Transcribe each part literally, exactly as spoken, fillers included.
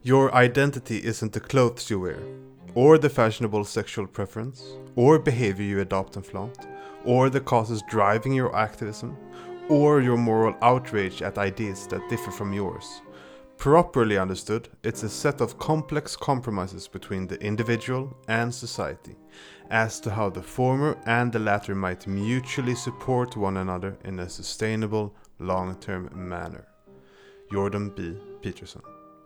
Your identity isn't the clothes you wear, or the fashionable sexual preference, or behavior you adopt and flaunt, or the causes driving your activism, or your moral outrage at ideas that differ from yours. Properly understood, it's a set of complex compromises between the individual and society, as to how the former and the latter might mutually support one another in a sustainable, long-term manner. Jordan B. Peterson.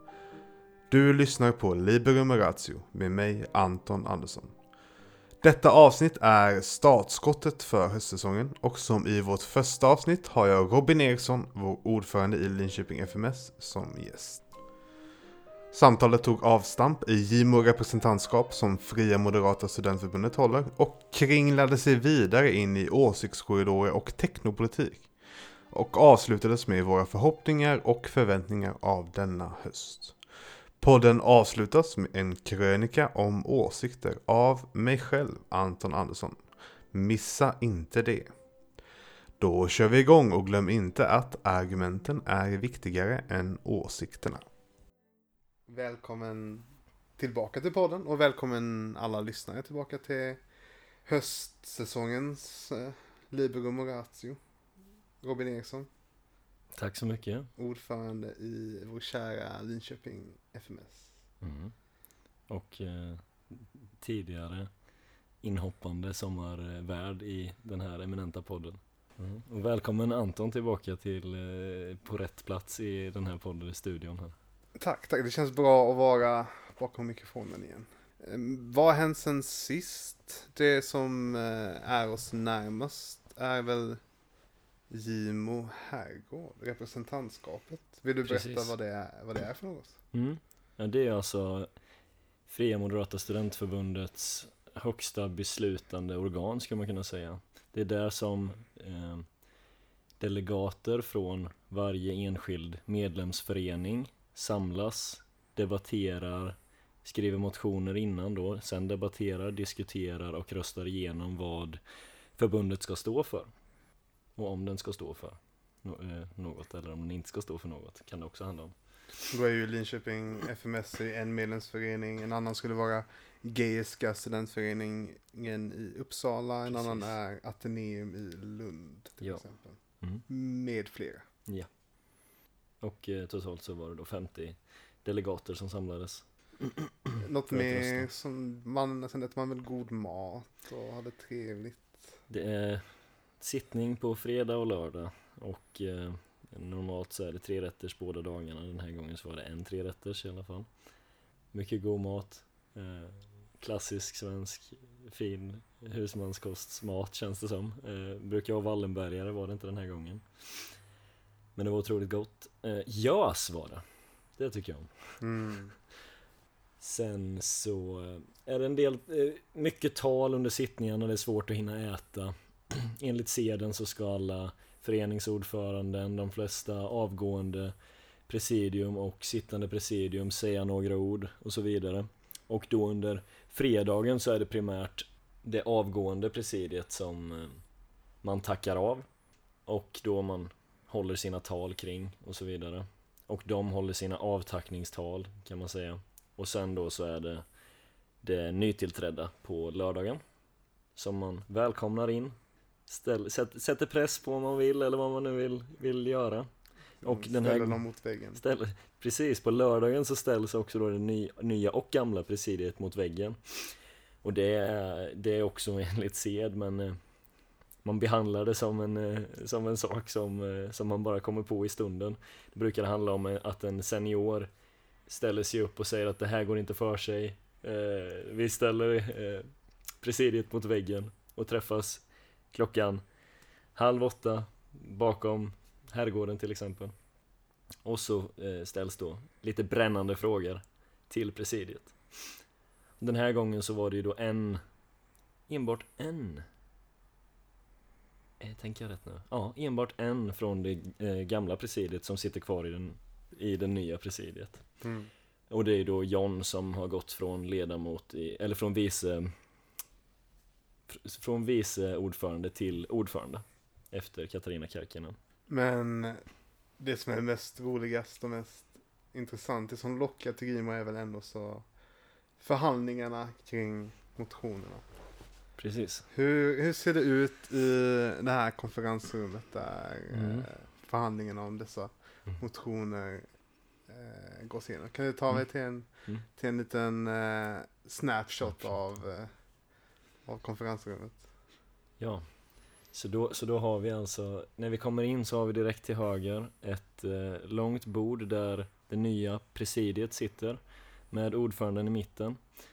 Du lyssnar på Liberum Ratio med mig, Anton Andersson. Detta avsnitt är startskottet för höstsäsongen och som i vårt första avsnitt har jag Robin Eriksson, vår ordförande i Linköping F M S, som gäst. Samtalet tog avstamp i Gimo representantskap som Fria Moderata Studentförbundet håller och kringlade sig vidare in i åsiktskorridorer och teknopolitik och avslutades med våra förhoppningar och förväntningar av denna höst. Podden avslutas med en krönika om åsikter av mig själv, Anton Andersson. Missa inte det. Då kör vi igång och glöm inte att argumenten är viktigare än åsikterna. Välkommen tillbaka till podden och välkommen alla lyssnare tillbaka till höstsäsongens eh, Liberum Ratio. Robin Eriksson. Tack så mycket. Ordförande i vår kära Linköping F M S. Mm. Och eh, tidigare inhoppande sommarvärd i den här eminenta podden. Mm. Och välkommen Anton tillbaka till eh, på rätt plats i den här podden i studion här. Tack, tack. Det känns bra att vara bakom mikrofonen igen. Eh, vad har hänt sen sist? Det som eh, är oss närmast är väl Gimo herrgård, representantskapet. Vill du berätta Precis. vad det är, vad det är för något? Mm. Ja, det är alltså Fria Moderata Studentförbundets högsta beslutande organ, ska man kunna säga. Det är där som eh, delegater från varje enskild medlemsförening samlas, debatterar, skriver motioner innan då, sen debatterar, diskuterar och röstar igenom vad förbundet ska stå för. Och om den ska stå för något eller om den inte ska stå för något kan det också handla om. Då är ju Linköping F M S en medlemsförening, en annan skulle vara Geiska studentföreningen i Uppsala, en Precis. annan är Ateneum i Lund till Ja. exempel. Mm. Med flera. Ja. Och eh, totalt så var det då femtio delegater som samlades. Något För att mer rösta. som man, sen äter man väl god mat och hade trevligt. Det är sittning på fredag och lördag och eh, normalt så är det tre rätters båda dagarna. Den här gången så var det en tre rätters i alla fall. Mycket god mat. Eh, klassisk svensk fin husmanskostsmat känns det som. Eh, brukar vara Wallenbergare, var det inte den här gången. Men det var otroligt gott. Eh, Jös var det. Det tycker jag om. Mm. Sen så är det en del, eh, mycket tal under sittningarna, det är svårt att hinna äta. Enligt seden så ska alla föreningsordföranden, de flesta avgående presidium och sittande presidium säga några ord och så vidare. Och då under fredagen så är det primärt det avgående presidiet som eh, man tackar av. Och då man håller sina tal kring och så vidare. Och de håller sina avtackningstal kan man säga. Och sen då så är det det nytillträdda på lördagen som man välkomnar in. Ställ, sätt, sätter press på om man vill eller vad man nu vill, vill göra. Och den här, ställer dem mot väggen. Ställ, precis, på lördagen så ställs också då det ny, nya och gamla presidiet mot väggen. Och det är, det är också enligt sed, men eh, man behandlar det som en, eh, som en sak som, eh, som man bara kommer på i stunden. Det brukar handla om eh, att en senior ställer sig upp och säger att det här går inte för sig. Eh, vi ställer eh, presidiet mot väggen och träffas klockan halv åtta bakom herrgården till exempel. Och så eh, ställs då lite brännande frågor till presidiet. Den här gången så var det ju då en, enbart en, eh, tänker jag rätt nu? Ja, enbart en från det eh, gamla presidiet som sitter kvar i den, i den nya presidiet. Mm. Och det är då John som har gått från ledamot i, eller från vice från vice ordförande till ordförande efter Katarina Kärkinen. Men det som är mest roligast och mest intressant. Det som lockar till Gimo är väl ändå så förhandlingarna kring motionerna. Precis. Hur, hur ser det ut i det här konferensrummet där Mm. eh, förhandlingarna om dessa Mm. motioner eh, gås igenom? Kan du ta mig till en, Mm. till en liten eh, snapshot Snapshot. av, eh, av konferensrummet? Ja, så då, så då har vi alltså, när vi kommer in så har vi direkt till höger ett eh, långt bord där det nya presidiet sitter med ordföranden i mitten.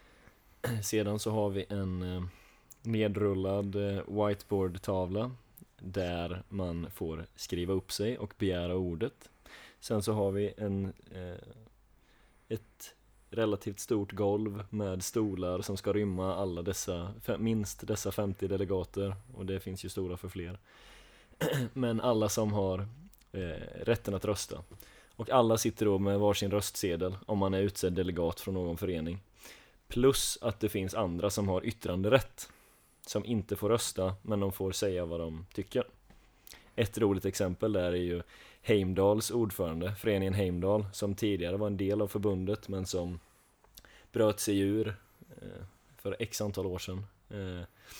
Sedan så har vi en eh, nedrullad eh, whiteboard-tavla där man får skriva upp sig och begära ordet. Sen så har vi en, eh, ett relativt stort golv med stolar som ska rymma alla dessa, fe- minst dessa femtio delegater, och det finns ju stolar för fler. Men alla som har eh, rätten att rösta. Och alla sitter då med varsin röstsedel om man är utsedd delegat från någon förening. Plus att det finns andra som har yttranderätt, som inte får rösta, men de får säga vad de tycker. Ett roligt exempel där är ju Heimdals ordförande, föreningen Heimdal, som tidigare var en del av förbundet men som bröt sig ur eh, för x antal år sedan. Eh,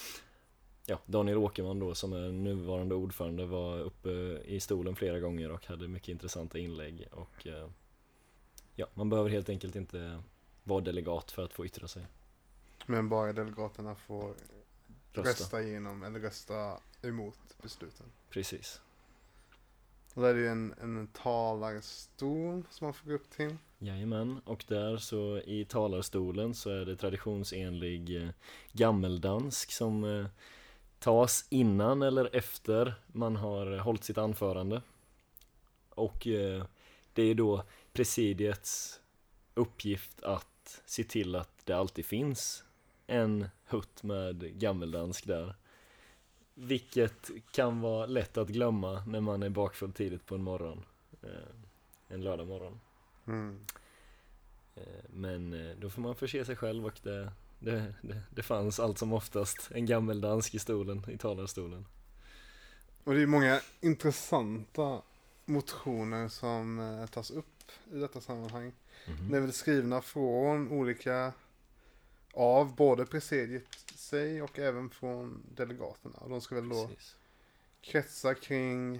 ja, Daniel Åkerman då, som är nuvarande ordförande, var uppe i stolen flera gånger och hade mycket intressanta inlägg. Och eh, ja, man behöver helt enkelt inte vara delegat för att få yttra sig. Men bara delegaterna får Rösta. rösta igenom eller rösta emot besluten. Precis. Och där är det ju en, en talarstol som man får gå upp till. Jajamän, och där så i talarstolen så är det traditionsenlig eh, gammeldansk som eh, tas innan eller efter man har hållit sitt anförande. Och eh, det är då presidiets uppgift att se till att det alltid finns en hutt med gammeldansk där. Vilket kan vara lätt att glömma när man är bakfull tidigt på en morgon. Eh, en lördag morgon. Mm. Eh, men eh, då får man förse sig själv, och det, det, det, det fanns allt som oftast en gammeldansk i stolen, i talarstolen. Och det är många intressanta motioner som eh, tas upp i detta sammanhang. Mhm. Det är väl skrivna från olika, av både presidiet sig och även från delegaterna. Och de ska väl då Precis. kretsa kring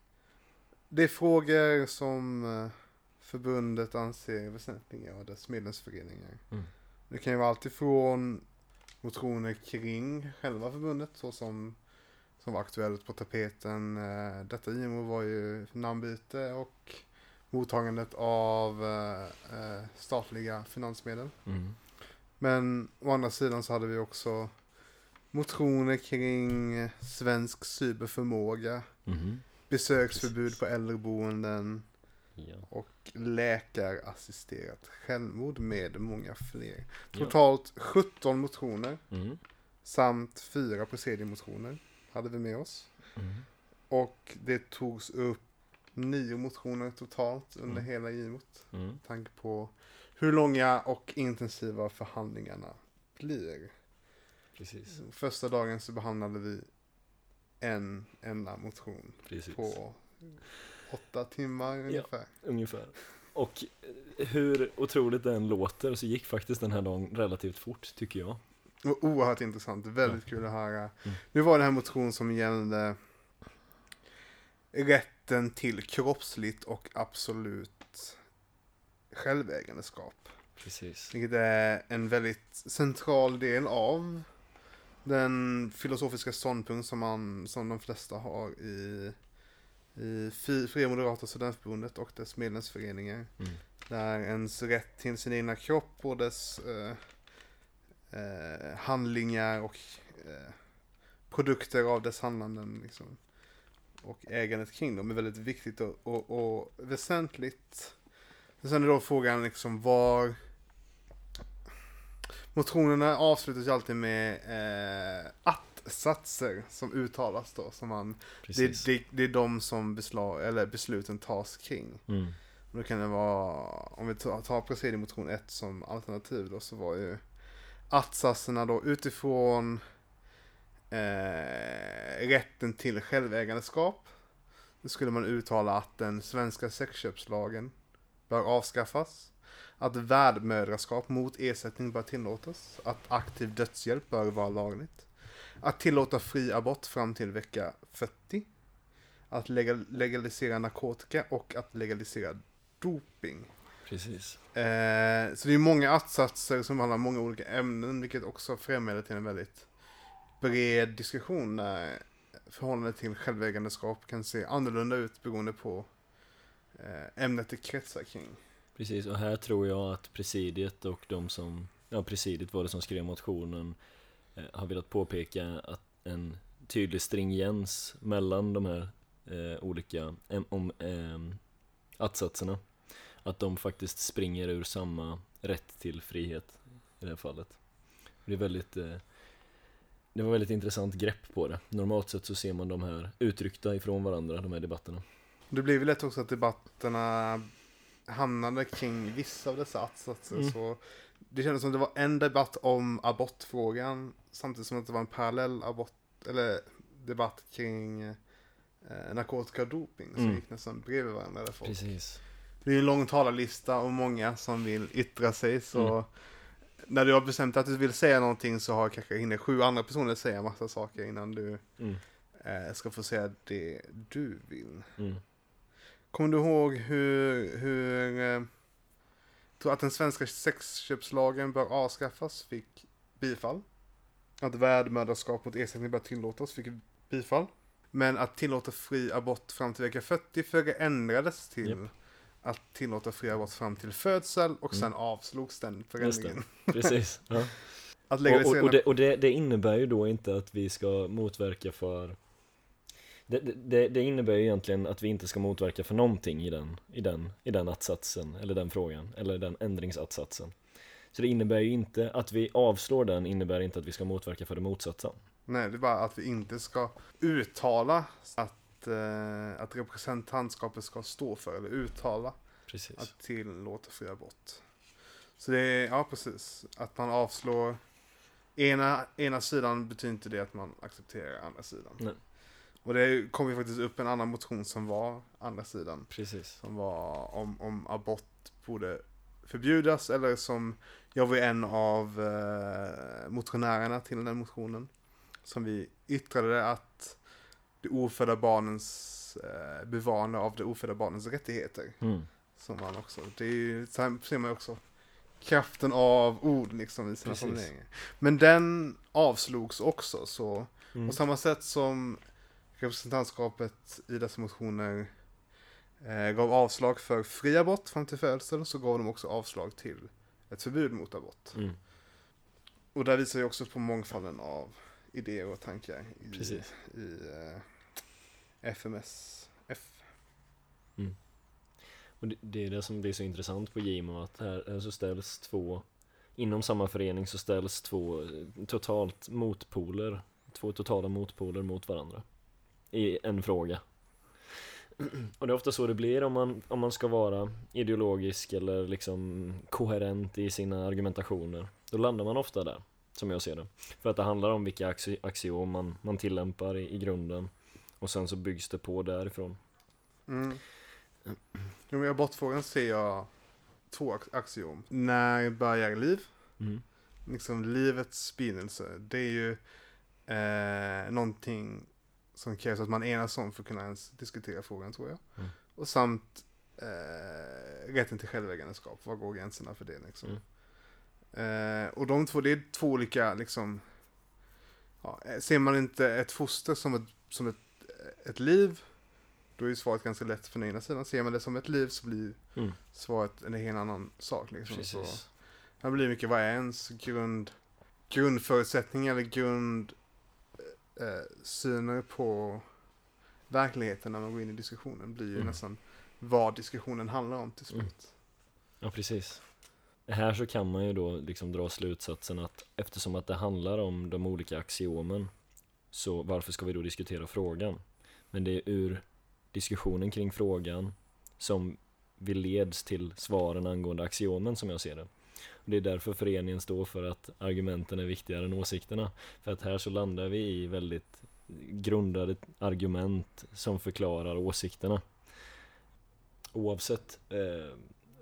de frågor som eh, förbundet anser väsentliga av dess medlemsföreningar. Mm. Det kan ju vara allt ifrån motioner kring själva förbundet, så som, som var aktuellt på tapeten. Eh, detta I M O var ju namnbyte och mottagandet av eh, eh, statliga finansmedel. Mm. Men å andra sidan så hade vi också motioner kring svensk cyberförmåga, Mhm. besöksförbud på äldreboenden Ja. och läkarassisterat självmord med många fler. Ja. Totalt sjutton motioner Mm. samt fyra presidiemotioner hade vi med oss. Mm. Och det togs upp nio motioner totalt under Mm. hela givot. Mm. Med tanke på hur långa och intensiva förhandlingarna blir. Precis. Första dagen så behandlade vi en enda motion Precis. på åtta timmar ungefär. Ungefär. Och eh, hur otroligt den låter så gick faktiskt den här dagen relativt fort, tycker jag. Det var oerhört intressant, väldigt kul att höra. Mm. Nu var det här motion som gällde rätten till kroppsligt och absolut självägandeskap. Precis. Vilket är en väldigt central del av den filosofiska ståndpunkt som, man, som de flesta har i, i Fria Moderata Studentförbundet och dess medlemsföreningar. Mm. Där ens rätt till sin egna kropp och dess eh, eh, handlingar och eh, produkter av dess handlanden liksom, och ägandet kring dem är väldigt viktigt och, och, och väsentligt. Och sen är då frågan liksom var motionerna avslutas ju alltid med eh, att-satser som uttalas då. Som man, det, Precis. det, det är de som besla, eller besluten tas kring. Mm. Och då kan det vara, om vi tar, tar presidiemotion ett som alternativ då, så var ju att-satserna då utifrån eh, rätten till självägandeskap. Då skulle man uttala att den svenska sexköpslagen bör avskaffas. Att värdmödraskap mot ersättning bör tillåtas. Att aktiv dödshjälp bör vara lagligt. Att tillåta fri abort fram till vecka fyrtio. Att legal- legalisera narkotika och att legalisera doping. Precis. Eh, så det är många attsatser som handlar om många olika ämnen, vilket också främjar till en väldigt bred diskussion när förhållandet till självägandeskap kan se annorlunda ut beroende på eh, ämnet det kretsar kring. Precis, och här tror jag att presidiet och de som, ja presidiet var det som skrev motionen, eh, har velat påpeka att en tydlig stringens mellan de här eh, olika em, om, eh, attsatserna, att de faktiskt springer ur samma rätt till frihet i det här fallet. Det är väldigt eh, det var väldigt intressant grepp på det. Normalt sett så ser man de här uttryckta ifrån varandra, de här debatterna. Det blir väl lätt också att debatterna hamnade kring vissa av dessa attsatser. Mm. Så det kändes som det var en debatt om abortfrågan samtidigt som att det var en parallell abort, eller debatt kring eh, narkotika och doping som Mm. gick nästan bredvid varandra. Där folk. Precis. Det är en lång talarlista och många som vill yttra sig, så Mm. när du har bestämt att du vill säga någonting så har kanske hinner sju andra personer säga massa saker innan du Mm. eh, ska få säga det du vill. Mm. Kommer du ihåg hur, hur eh, tror att den svenska sexköpslagen bör avskaffas fick bifall? Att värdmödraskap mot ersättning bör tillåtas fick bifall. Men att tillåta fri abort fram till vecka fyrtio förändrades till Yep. att tillåta fri abort fram till födsel och sen Mm. avslogs den Just förändringen. det. Precis. Ja. Att Och, legalisera... och, och, det, och det, det innebär ju då inte att vi ska motverka för det, det, det innebär ju egentligen att vi inte ska motverka för någonting i den, i den, i den attsatsen, eller den frågan, eller den ändringsatsatsen. Så det innebär ju inte att vi avslår den, innebär inte att vi ska motverka för det motsatsen. Nej, det är bara att vi inte ska uttala att, eh, att representantskapet ska stå för, eller uttala Precis. att tillåta fri abort. Så det är, ja precis, att man avslår ena, ena sidan betyder inte det att man accepterar andra sidan. Nej. Och det kom ju faktiskt upp en annan motion som var andra sidan. Precis. Som var om, om abort borde förbjudas, eller som jag var en av eh, motionärerna till den motionen. Som vi yttrade att det ofödda barnens eh, bevarande av det ofödda barnens rättigheter. Mm. Som man också, det är ju, så här ser man också kraften av ord liksom i sina Precis. formuleringar. Men den avslogs också, så Mm. på samma sätt som representantskapet i dessa motioner eh, gav avslag för fri abort fram till födsel, så gav de också avslag till ett förbud mot abort. Mm. Och där visar ju också på mångfalden av idéer och tankar i, Precis. i eh, F M S F. Och det, det är det som blir så intressant på Gimo, att här, här så ställs två, inom samma förening så ställs två totalt motpoler, två totala motpoler mot varandra i en fråga. Och det är ofta så det blir om man, om man ska vara ideologisk eller liksom koherent i sina argumentationer. Då landar man ofta där, som jag ser det. För att det handlar om vilka axi- axiom man, man tillämpar i, i grunden. Och sen så byggs det på därifrån. Mm. Jo, men i abortfrågan ser jag två ax- axiom. När börjar liv? Mm. Liksom livets begynnelse. Det är ju eh, någonting som krävs att man enas om för att kunna ens diskutera frågan, tror jag. Mm. Och samt eh, rätten till självägandeskap. Var går gränserna för det liksom? Mm. Eh, och de två, det är två olika liksom, ja, ser man inte ett foster som ett, som ett, ett liv, då är svaret ganska lätt för den ena sidan. Ser man det som ett liv så blir Mm. svaret en helt annan sak liksom. Så Precis. här blir mycket, vad är ens grund, grundförutsättningar eller grund eh, syner på verkligheten när man går in i diskussionen blir ju Mm. nästan vad diskussionen handlar om till slut. Mm. Ja, precis. Här så kan man ju då liksom dra slutsatsen att eftersom att det handlar om de olika axiomen, så varför ska vi då diskutera frågan? Men det är ur diskussionen kring frågan som vi leds till svaren angående axiomen, som jag ser det. Och det är därför föreningen står för att argumenten är viktigare än åsikterna. För att här så landar vi i väldigt grundade argument som förklarar åsikterna. Oavsett, eh,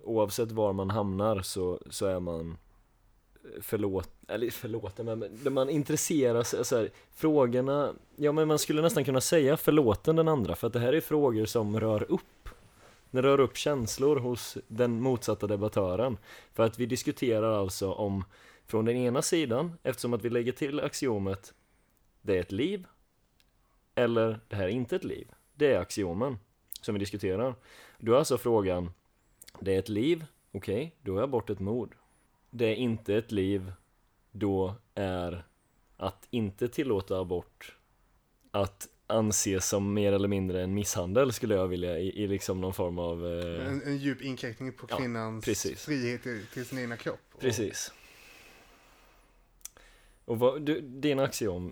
oavsett var man hamnar så, så är man förlåt, eller förlåten, men man intresserar sig, så här, frågorna, ja men man skulle nästan kunna säga förlåten den andra, för att det här är frågor som rör upp, det rör upp känslor hos den motsatta debattören, för att vi diskuterar alltså om, från den ena sidan, eftersom att vi lägger till axiomet det är ett liv, eller det här är inte ett liv, det är axiomen som vi diskuterar. Då är alltså frågan, det är ett liv, okej, okay, då är abort ett mord. Det är inte ett liv, då är att inte tillåta abort att anses som mer eller mindre en misshandel, skulle jag vilja, i, i liksom någon form av... Eh... En, en djup inkräktning på kvinnans ja, frihet till, till sin egna kropp. Och... Precis. Och vad, du, din axiom,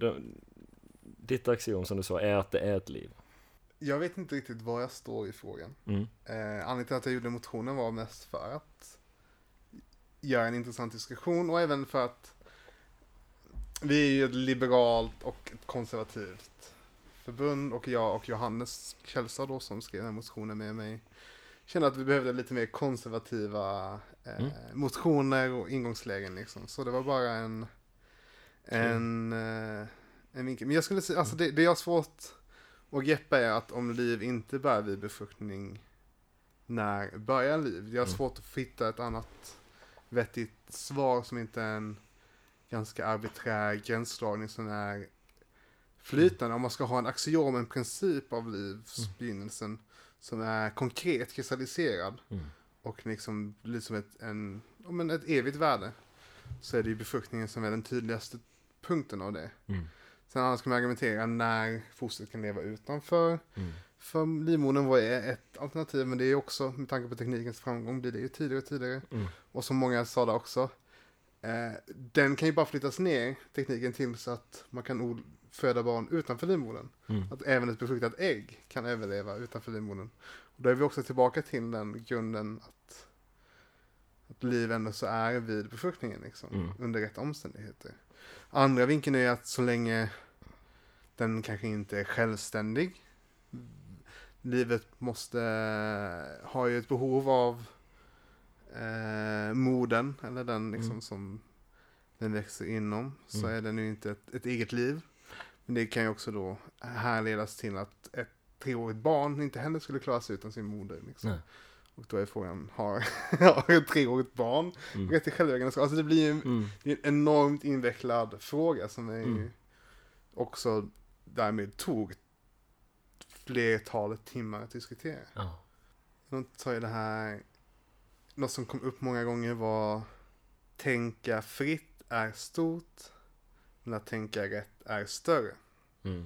ditt axiom som du sa, är att det är ett liv. Jag vet inte riktigt var jag står i frågan. Mm. Eh, anledningen till att jag gjorde motionen var mest för att göra en intressant diskussion, och även för att vi är ju ett liberalt och ett konservativt förbund, och jag och Johannes Kjellstad då, som skrev den här motionen med mig, kände att vi behövde lite mer konservativa eh, mm. motioner och ingångslägen liksom. Så det var bara en en, eh, en vinkel. Men jag skulle säga, alltså det, det jag har svårt att greppa är att om liv inte börjar vid befruktning, när börjar liv? Jag har svårt att hitta ett annat vettigt svar som inte är en ganska arbiträr gränsdragning som är flytande. Om man ska ha en axiom, en princip av livsbegynnelsen som är konkret kristalliserad mm. och liksom blir som ett, en, men ett evigt värde, så är det ju befruktningen som är den tydligaste punkten av det. Mm. Sen annars kan man argumentera när fostret kan leva utanför. Mm. För livmodern var ett alternativ, men det är också, med tanke på teknikens framgång, blir det ju tidigare och tidigare. Mm. Och som många sa där också, eh, den kan ju bara flyttas ner, tekniken, till så att man kan o- föda barn utanför livmodern. Mm. Att även ett befruktat ägg kan överleva utanför livmodern. Och då är vi också tillbaka till den grunden att, att liv ändå så är vid befruktningen liksom, mm. under rätt omständigheter. Andra vinkeln är att så länge den kanske inte är självständig, livet måste ha ju ett behov av eh, moden, eller den liksom mm. som den växer inom, så mm. är den ju inte ett, ett eget liv. Men det kan ju också då härledas till att ett treårigt barn inte heller skulle klara sig utan sin moder. Liksom. Nej. Och då är frågan, har, har ett treårigt barn mm. rätt till självägande? Alltså det blir ju mm. en enormt invecklad fråga som är mm. ju också därmed tog flertalet timmar att diskutera. Ja. Då tar jag det här, något som kom upp många gånger var tänka fritt är stort, men att tänka rätt är större. Mm.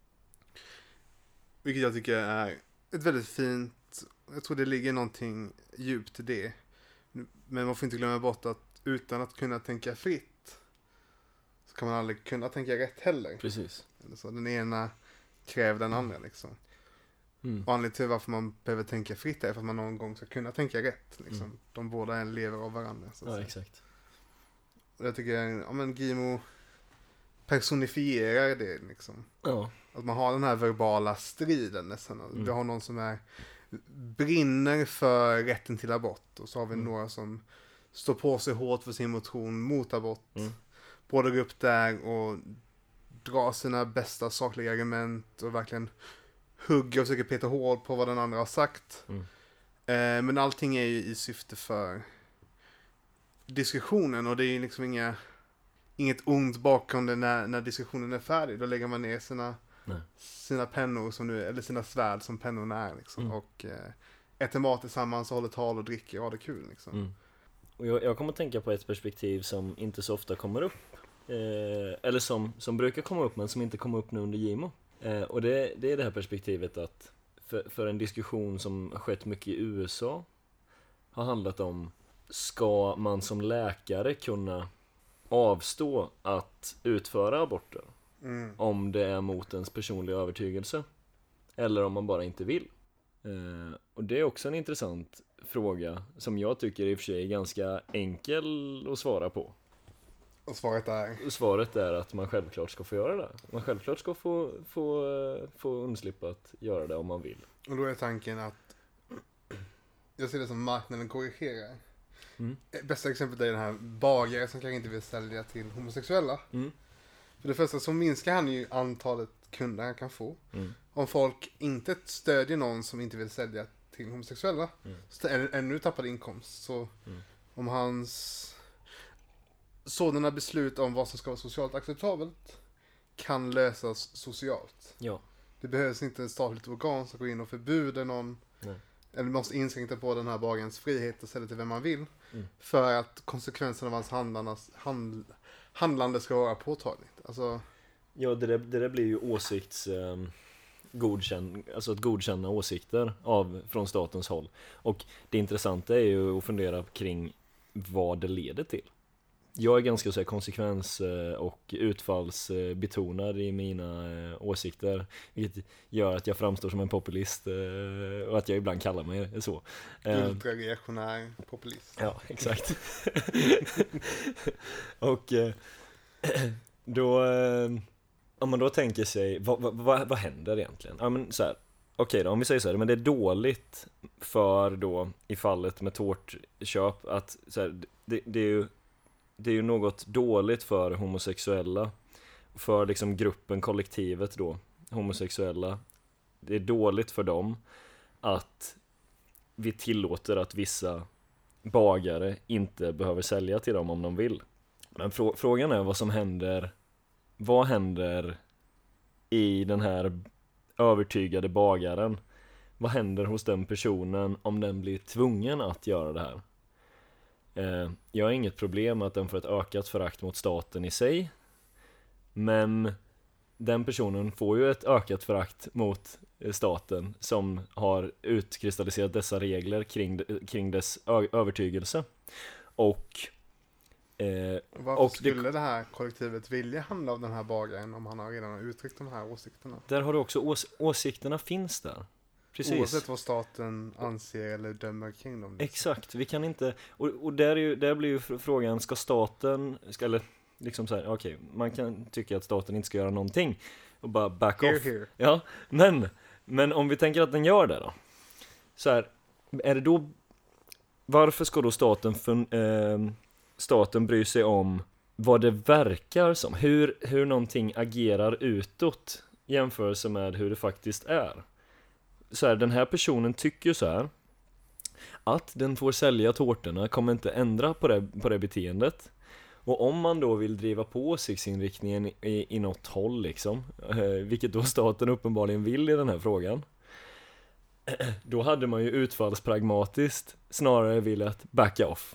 Vilket jag tycker är ett väldigt fint, jag tror det ligger någonting djupt i det. Men man får inte glömma bort att utan att kunna tänka fritt så kan man aldrig kunna tänka rätt heller. Precis. Så den ena kräver den andra liksom. Mm. Och anledningen till varför man behöver tänka fritt är för att man någon gång ska kunna tänka rätt. Liksom. Mm. De båda lever av varandra. Så att Ja, säga. Exakt. Och jag tycker, ja men Gimo personifierar det liksom. Ja. Att man har den här verbala striden nästan. Mm. Vi har någon som är brinner för rätten till abort. Och så har vi Mm. några som står på sig hårt för sin motion mot abort. Mm. Båda går upp där och drar sina bästa sakliga argument och verkligen hugger och försöker peta hål på vad den andra har sagt. Mm. Eh, men allting är ju i syfte för diskussionen, och det är liksom inga, inget ont bakom det när, när diskussionen är färdig. Då lägger man ner sina, sina pennor som nu, eller sina svärd som pennorna är liksom, mm. och eh, äter mat tillsammans och håller tal och dricker och har det kul liksom. Mm. Och jag, jag kommer att tänka på ett perspektiv som inte så ofta kommer upp, eh, eller som, som brukar komma upp men som inte kommer upp nu under Gimo. Eh, och det, det är det här perspektivet att för, för en diskussion som har skett mycket i U S A har handlat om, ska man som läkare kunna avstå att utföra aborter Mm. om det är mot ens personliga övertygelse eller om man bara inte vill. Eh, och det är också en intressant fråga som jag tycker i och för sig är ganska enkel att svara på. Och svaret är? Och svaret är att man självklart ska få göra det. Man självklart ska få, få, få undslippa att göra det om man vill. Och då är tanken att jag ser det som marknaden korrigerar. Mm. Bästa exemplet är den här bagare som kanske inte vill sälja till homosexuella. Mm. För det första så minskar han ju antalet kunder han kan få. Mm. Om folk inte stödjer någon som inte vill sälja till homosexuella, Mm. så är det ännu tappad inkomst. Så Mm. om hans sådana beslut om vad som ska vara socialt acceptabelt kan lösas socialt. Ja. Det behövs inte ett statligt organ som går in och förbjuder någon. Nej. Eller måste inskränka på den här bagarens frihet och sälja till vem man vill. Mm. För att konsekvenserna av hans handlarnas, hand, handlande ska vara påtagligt. Alltså, Ja, det där, det där blir ju åsikts... Eh, godkänn, alltså att godkänna åsikter av, från statens håll. Och det intressanta är ju att fundera kring vad det leder till. Jag är ganska så här konsekvens- och utfallsbetonad i mina eh, åsikter, vilket gör att jag framstår som en populist eh, och att jag ibland kallar mig så. Eh, ultrareaktionär populist. Ja, exakt. Och eh, då, eh, om man då tänker sig, vad, vad, vad, vad händer egentligen? Ja, men så här, okej då, om vi säger så här, men det är dåligt för då, i fallet med tårtköp, att så här, det, det är ju det är ju något dåligt för homosexuella, för liksom gruppen, kollektivet då, homosexuella. Det är dåligt för dem att vi tillåter att vissa bagare inte behöver sälja till dem om de vill. Men frå- frågan är vad som händer, vad händer i den här övertygade bagaren? Vad händer hos den personen om den blir tvungen att göra det här? Eh, jag har inget problem med att den får ett ökat förakt mot staten i sig, men den personen får ju ett ökat förakt mot staten som har utkristalliserat dessa regler kring, kring dess ö- övertygelse. Och eh, Varför och skulle det, det här kollektivet vilja handla av den här bagaren om han har redan uttryckt de här åsikterna? där har du också ås- åsikterna finns där. Precis. Oavsett vad staten anser eller dömer kring dem. Exakt, vi kan inte, och, och där, är ju, där blir ju frågan, ska staten, ska, eller liksom så här, okej, okay, man kan tycka att staten inte ska göra någonting och bara back Here, off. here. Ja, men, men om vi tänker att den gör det då, så här, är det då, varför ska då staten, för, eh, staten bry sig om vad det verkar som, hur, hur någonting agerar utåt jämförelse med hur det faktiskt är? Så här, den här personen tycker så här, att den får sälja tårtorna kommer inte ändra på det, på det beteendet. Och om man då vill driva på åsiktsinriktningen i, i något håll liksom, eh, vilket då staten uppenbarligen vill i den här frågan, då hade man ju utfallspragmatiskt snarare velat backa off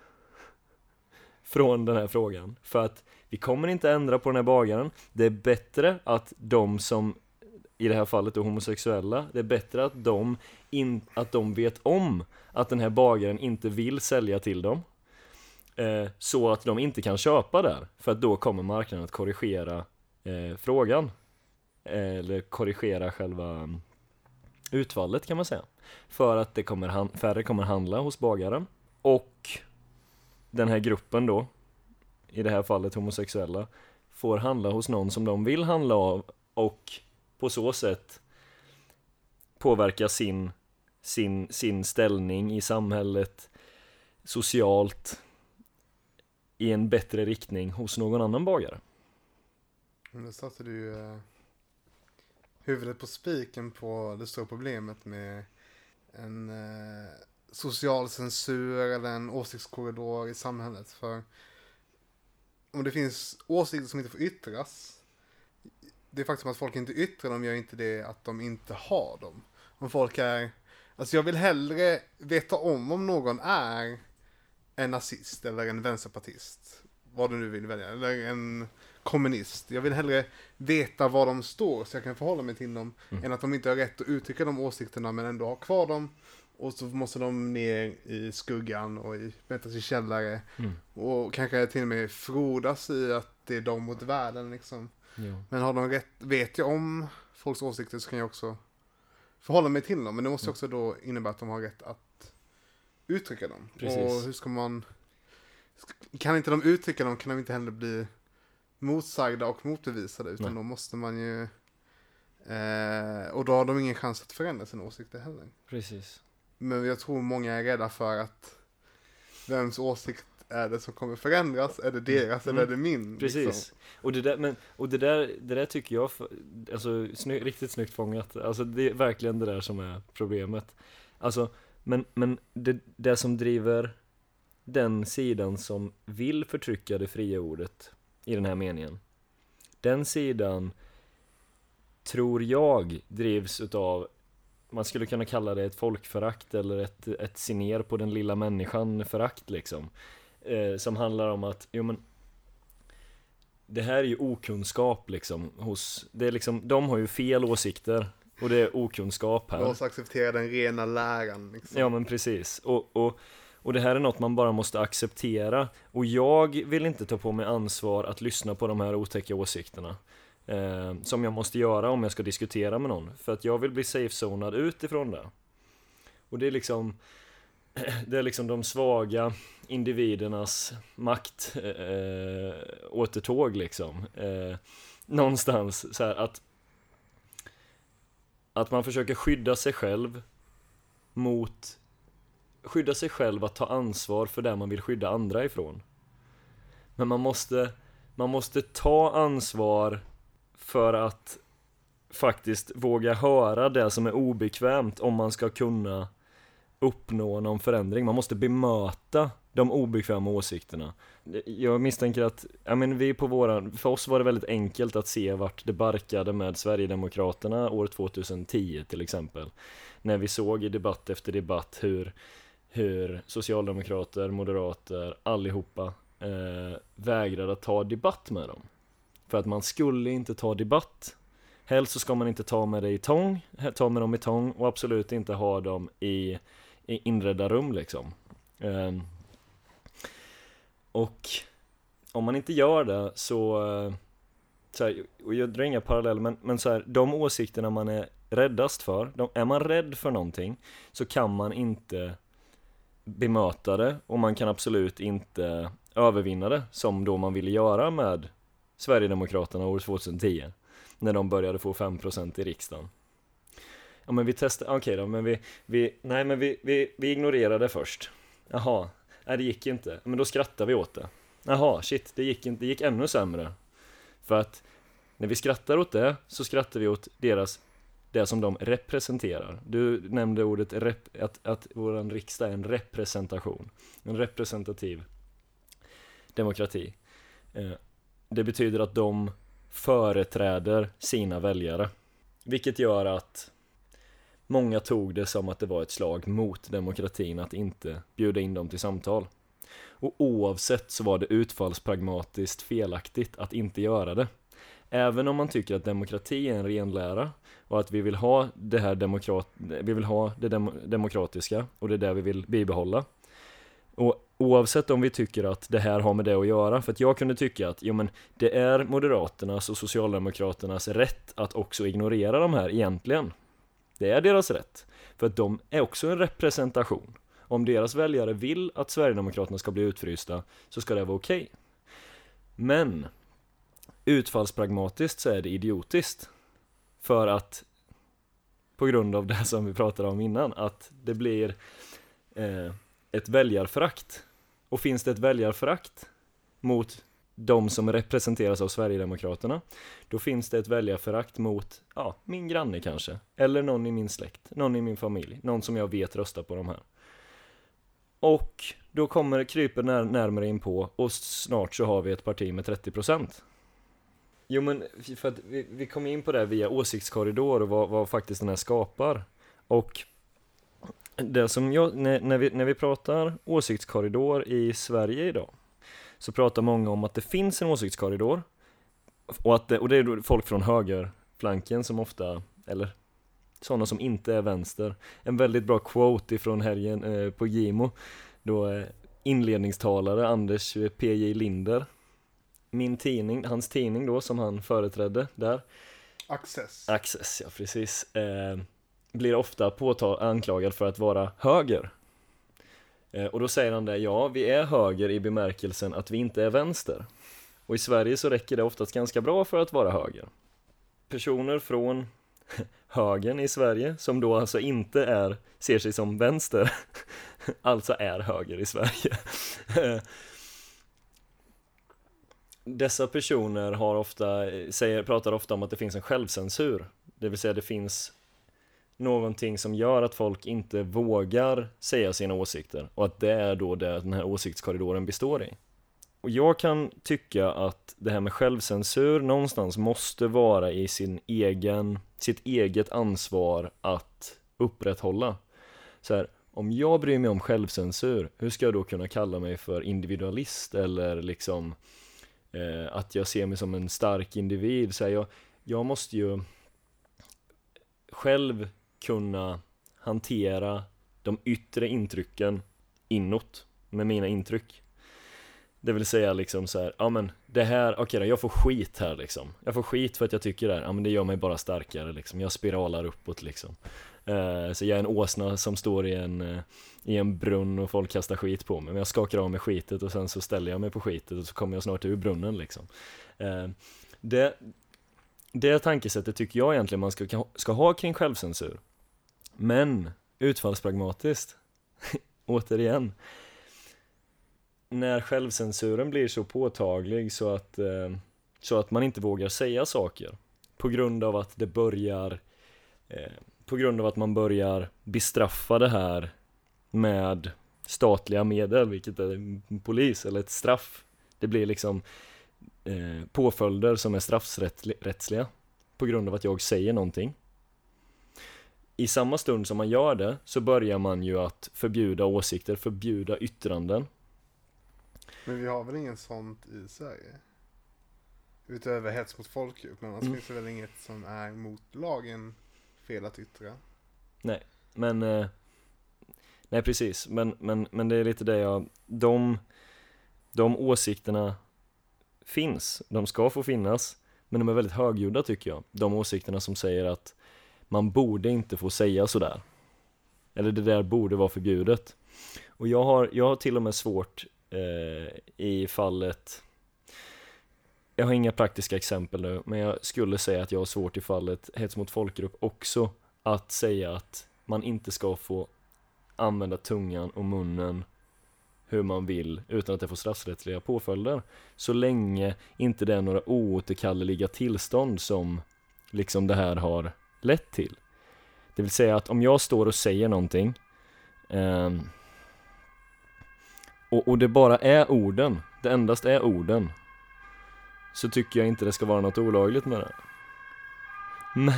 från den här frågan. För att vi kommer inte ändra på den här bagaren. Det är bättre att de som, i det här fallet då homosexuella, det är bättre att de, in, att de vet om att den här bagaren inte vill sälja till dem, eh, så att de inte kan köpa där, för att då kommer marknaden att korrigera eh, frågan, eh, eller korrigera själva utfallet kan man säga, för att det kommer han- färre kommer handla hos bagaren, och den här gruppen då, i det här fallet homosexuella, får handla hos någon som de vill handla av, och på så sätt påverka sin, sin, sin ställning i samhället socialt i en bättre riktning hos någon annan bagare. Nu satte du ju eh, huvudet på spiken på det stora problemet med en eh, social censur eller en åsiktskorridor i samhället. För om det finns åsikter som inte får yttras, det är faktiskt att folk inte yttrar dem, gör inte det att de inte har dem. Om folk är, alltså jag vill hellre veta om om någon är en nazist eller en vänsterpartist, vad du nu vill välja, eller en kommunist. Jag vill hellre veta var de står så jag kan förhålla mig till dem, mm. än att de inte har rätt att uttrycka de åsikterna men ändå ha kvar dem. Och så måste de ner i skuggan och i, mätas i källare. Mm. Och kanske till och med frodas i att det är de mot världen liksom. Ja. Men har de rätt, vet jag om folks åsikter så kan jag också förhålla mig till dem. Men det måste mm. också då innebära att de har rätt att uttrycka dem. Precis. Och hur ska man, kan inte de uttrycka dem kan de inte heller bli motsagda och motbevisade. Utan Nej. Då måste man ju, eh, och då har de ingen chans att förändra sina åsikter heller. Precis. Men jag tror många är rädda för att vems åsikt är det som kommer förändras? Är det deras mm. eller är det min? Precis. Liksom? Och, det där, men, och det, där, det där tycker jag, alltså sny, riktigt snyggt fångat. Alltså det är verkligen det där som är problemet. Alltså, men, men det, det som driver den sidan som vill förtrycka det fria ordet i den här meningen, den sidan tror jag drivs utav, man skulle kunna kalla det ett folkförakt eller ett, ett siner på den lilla människan förakt liksom, eh, som handlar om att jo, men, det här är ju okunskap liksom, hos, det är liksom, de har ju fel åsikter och det är okunskap här. De måste acceptera den rena läran liksom. Ja men precis, och, och, och det här är något man bara måste acceptera, och jag vill inte ta på mig ansvar att lyssna på de här otäcka åsikterna. Eh, som jag måste göra om jag ska diskutera med någon, för att jag vill bli safe-zonad utifrån det. Och det är liksom det är liksom de svaga individernas makt eh, återtåg liksom. Eh, någonstans så här att att man försöker skydda sig själv mot skydda sig själv att ta ansvar för det man vill skydda andra ifrån. Men man måste man måste ta ansvar för att faktiskt våga höra det som är obekvämt om man ska kunna uppnå någon förändring. Man måste bemöta de obekväma åsikterna. Jag misstänker att ja, men vi på våran, för oss var det väldigt enkelt att se vart det barkade med Sverigedemokraterna år tjugohundratio till exempel. När vi såg i debatt efter debatt hur, hur socialdemokrater, moderater, allihopa eh, vägrade att ta debatt med dem. För att man skulle inte ta debatt. Helst så ska man inte ta med det i tång, ta med dem i tång, och absolut inte ha dem i, i inredda rum liksom. Um, och om man inte gör det så, så här, och jag drar inga paralleller, men, men så här, de åsikterna man är räddast för, de, är man rädd för någonting så kan man inte bemöta det, och man kan absolut inte övervinna det som då man ville göra med Sverigedemokraterna år tjugohundratio när de började få fem procent i riksdagen. Ja men vi testade, okej okay då, men vi, vi nej men vi, vi, vi ignorerade det först. Jaha, nej det gick inte. Men då skrattade vi åt det. Jaha, shit, det gick inte, det gick ännu sämre. För att när vi skrattar åt det så skrattar vi åt deras, det som de representerar. Du nämnde ordet rep, att, att vår riksdag är en representation. En representativ demokrati. Eh, det betyder att de företräder sina väljare. Vilket gör att många tog det som att det var ett slag mot demokratin att inte bjuda in dem till samtal. Och oavsett så var det utfallspragmatiskt felaktigt att inte göra det. Även om man tycker att demokrati är en renlära och att vi vill ha det här demokrat, vi vill ha det dem- demokratiska och det är det vi vill bibehålla. Och oavsett om vi tycker att det här har med det att göra, för att jag kunde tycka att jo, men det är Moderaternas och Socialdemokraternas rätt att också ignorera de här egentligen. Det är deras rätt, för att de är också en representation. Om deras väljare vill att Sverigedemokraterna ska bli utfrysta så ska det vara okej. Men utfallspragmatiskt så är det idiotiskt. För att på grund av det som vi pratade om innan, att det blir eh, ett väljarförakt. Och finns det ett väljarförakt mot de som representeras av Sverigedemokraterna, då finns det ett väljarförakt mot ja, min granne kanske, eller någon i min släkt, någon i min familj, någon som jag vet röstar på de här. Och då kommer kryper när, närmare in på, och snart så har vi ett parti med trettio procent. Jo men för att vi, vi kom in på det via åsiktskorridor och vad, vad faktiskt den här skapar. Och det som jag, när, när, vi, när vi pratar åsiktskorridor i Sverige idag, så pratar många om att det finns en åsiktskorridor, och, att det, och det är folk från högerflanken som ofta, eller sådana som inte är vänster. En väldigt bra quote ifrån helgen eh, på Gimo, då eh, inledningstalare Anders P J Linder, min tidning, hans tidning då som han företrädde där, Access. Access, ja precis, eh, blir ofta påtal- anklagad för att vara höger. Eh, och då säger han det, ja vi är höger i bemärkelsen att vi inte är vänster. Och i Sverige så räcker det oftast ganska bra för att vara höger. Personer från högern i Sverige, som då alltså inte är, ser sig som vänster, alltså är höger i Sverige. Dessa personer har ofta, säger, pratar ofta om att det finns en självcensur. Det vill säga det finns någonting som gör att folk inte vågar säga sina åsikter. Och att det är då det den här åsiktskorridoren består i. Och jag kan tycka att det här med självcensur någonstans måste vara i sin egen, sitt eget ansvar att upprätthålla. Så här, om jag bryr mig om självcensur, hur ska jag då kunna kalla mig för individualist eller liksom eh, att jag ser mig som en stark individ? Så här, jag, jag måste ju själv kunna hantera de yttre intrycken inåt med mina intryck. Det vill säga liksom så här, ja men det här, okej okay då, jag får skit här liksom. Jag får skit för att jag tycker det här, ja men det gör mig bara starkare liksom. Jag spiralar uppåt liksom. Uh, så jag är en åsna som står i en, uh, i en brunn och folk kastar skit på mig. Men jag skakar av mig skitet och sen så ställer jag mig på skitet och så kommer jag snart ur brunnen liksom. Uh, det, det tankesättet tycker jag egentligen man ska, ska ha kring självcensur. Men utfallspragmatiskt, återigen, när självcensuren blir så påtaglig så att, eh, så att man inte vågar säga saker på grund av att det börjar eh, på grund av att man börjar bestraffa det här med statliga medel, vilket är en polis eller ett straff. Det blir liksom eh, påföljder som är straffrättsliga på grund av att jag säger någonting. I samma stund som man gör det så börjar man ju att förbjuda åsikter, förbjuda yttranden. Men vi har väl ingen sånt i Sverige? Utöver hets mot folkgrupp, men annars mm. finns det väl inget som är mot lagen fel att yttra? Nej, men eh, nej precis, men, men, men det är lite det jag, de, de åsikterna finns, de ska få finnas, men de är väldigt högljudda tycker jag. De åsikterna som säger att man borde inte få säga sådär. Eller det där borde vara förbjudet. Och jag har, jag har till och med svårt eh, i fallet, jag har inga praktiska exempel nu, men jag skulle säga att jag har svårt i fallet hets mot folkgrupp också att säga att man inte ska få använda tungan och munnen hur man vill utan att det får straffrättsliga påföljder, så länge inte det är några oåterkalleliga tillstånd som liksom det här har lett till. Det vill säga att om jag står och säger någonting eh, och, och det bara är orden, det endast är orden, så tycker jag inte det ska vara något olagligt med det. Men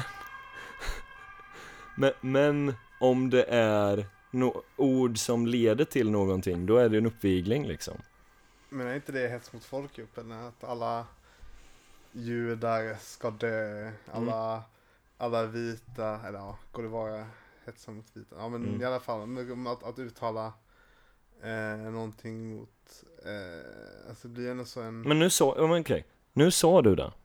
men, men om det är no- ord som leder till någonting, då är det en uppvigling liksom. Men är inte det hets mot folkgruppen? Att alla judar ska dö, alla, mm. alla vita, eller ja, går det vara hets mot vita? Ja, men mm. i alla fall, att, att uttala eh, någonting mot, eh, alltså det blir ändå så en... Men nu så, ja, men okej, nu sa du det.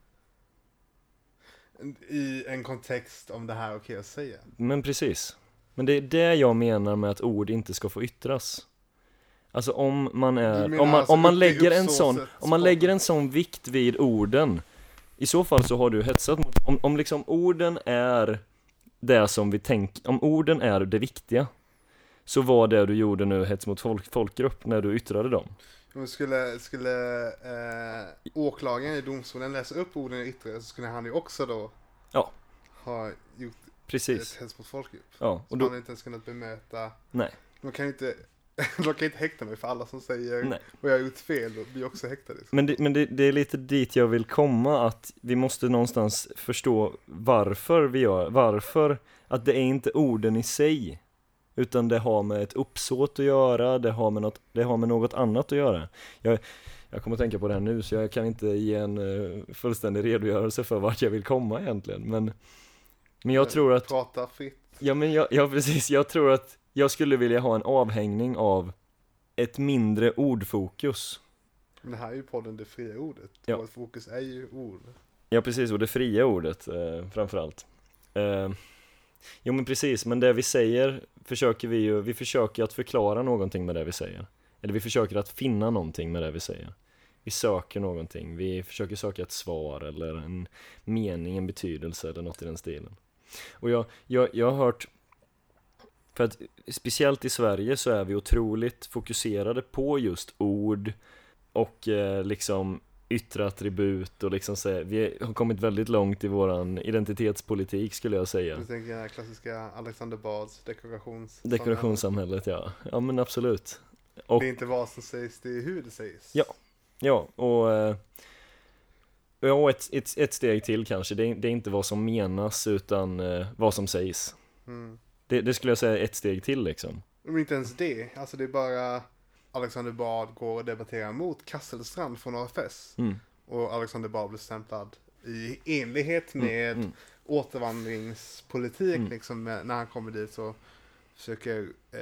I en kontext om det här är okej att säga. Men precis. Men det är det jag menar med att ord inte ska få yttras. Alltså om man är om man, alltså om man lägger en sån om man lägger en sån vikt vid orden, i så fall så har du hetsat mot, om, om liksom orden är det som vi tänker, om orden är det viktiga, så var det du gjorde nu hets mot folk, folkgrupp när du yttrade dem. Om skulle, skulle eh, åklagaren i domstolen läsa upp orden i yttret, så skulle han ju också då ja. ha gjort precis. ett hets mot folkgrupp. Ja, och så då... man inte ens kunnat bemöta. Nej. Man kan ju inte, man kan inte häkta mig för alla som säger Nej. och jag har gjort fel och blir också häktade. Liksom. Men, det, men det, det är lite dit jag vill komma, att vi måste någonstans förstå varför vi gör, varför att det är inte orden i sig, utan det har med ett uppsåt att göra, det har med något, det har med något annat att göra. Jag, jag kommer att tänka på det här nu, så jag kan inte ge en uh, fullständig redogörelse för vart jag vill komma egentligen. Men, men jag tror att... Prata fritt. Ja, men jag, ja, precis. Jag tror att jag skulle vilja ha en avhängning av ett mindre ordfokus. Men det här är ju podden Det fria ordet. Ja. Vårt fokus är ju ord. Ja, precis. Och det fria ordet eh, framförallt. Eh, jo, men precis. Men det vi säger försöker vi ju, vi försöker att förklara någonting med det vi säger. Eller vi försöker att finna någonting med det vi säger. Vi söker någonting. Vi försöker söka ett svar eller en mening, en betydelse eller något i den stilen. Och jag, jag, jag har hört, för att speciellt i Sverige så är vi otroligt fokuserade på just ord och eh, liksom yttre attribut och liksom så, vi har kommit väldigt långt i våran identitetspolitik skulle jag säga. Du tänker den klassiska Alexander Bards dekorations Dekorationssamhället, ja. Ja men absolut. Och, det är inte vad som sägs, det är hur det sägs. Ja, ja och, eh, ja, ett, ett, ett steg till kanske. Det är, det är inte vad som menas utan eh, vad som sägs. Mm. Det, det skulle jag säga är ett steg till liksom. Men inte ens det. Alltså det är bara Alexander Bard går och debatterar mot Kasselstrand från A F S. Mm. Och Alexander Bard blir stämplad i enlighet med Mm. Mm. återvandringspolitik. Mm. Liksom, när han kommer dit så försöker eh,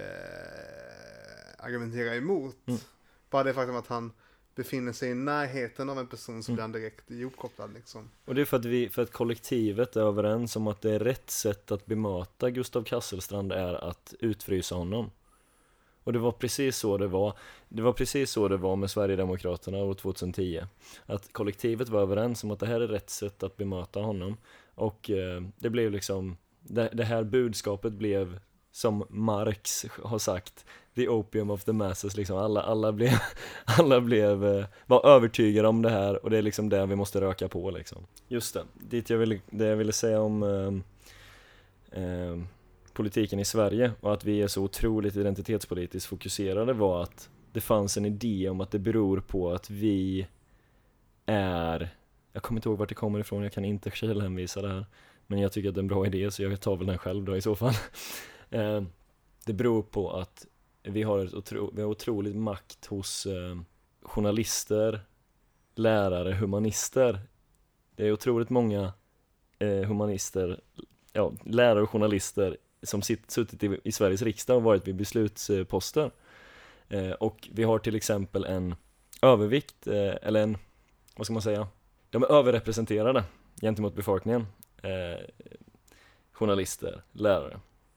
argumentera emot. Mm. Bara det faktum att han befinner sig i närheten av en person som Mm. blir han direkt ihopkopplad. Liksom. Och det är för att, vi, för att kollektivet är överens om att det är rätt sätt att bemöta Gustav Kasselstrand är att utfrysa honom. Och det var precis så det var. Det var precis så det var med Sverigedemokraterna år tjugohundratio. Att kollektivet var överens om att det här är rätt sätt att bemöta honom. Och eh, det blev liksom, det, det här budskapet blev, som Marx har sagt, the opium of the masses. Liksom alla, alla blev, alla blev eh, var övertygade om det här och det är liksom det vi måste röka på liksom. Just det, dit jag ville, det jag ville säga om eh, eh, politiken i Sverige och att vi är så otroligt identitetspolitiskt fokuserade var att det fanns en idé om att det beror på att vi är, jag kommer inte ihåg vart det kommer ifrån, jag kan inte källhänvisa det här, men jag tycker att det är en bra idé så jag tar väl den själv då i så fall. eh, det beror på att vi har, ett otro, vi har otroligt makt hos eh, journalister, lärare, humanister. Det är otroligt många eh, humanister, ja, lärare och journalister som sitt, suttit i, i Sveriges riksdag och varit vid beslutsposter. Eh, och vi har till exempel en övervikt, eh, eller en, vad ska man säga, de är överrepresenterade gentemot befolkningen. Eh, journalister, lärare.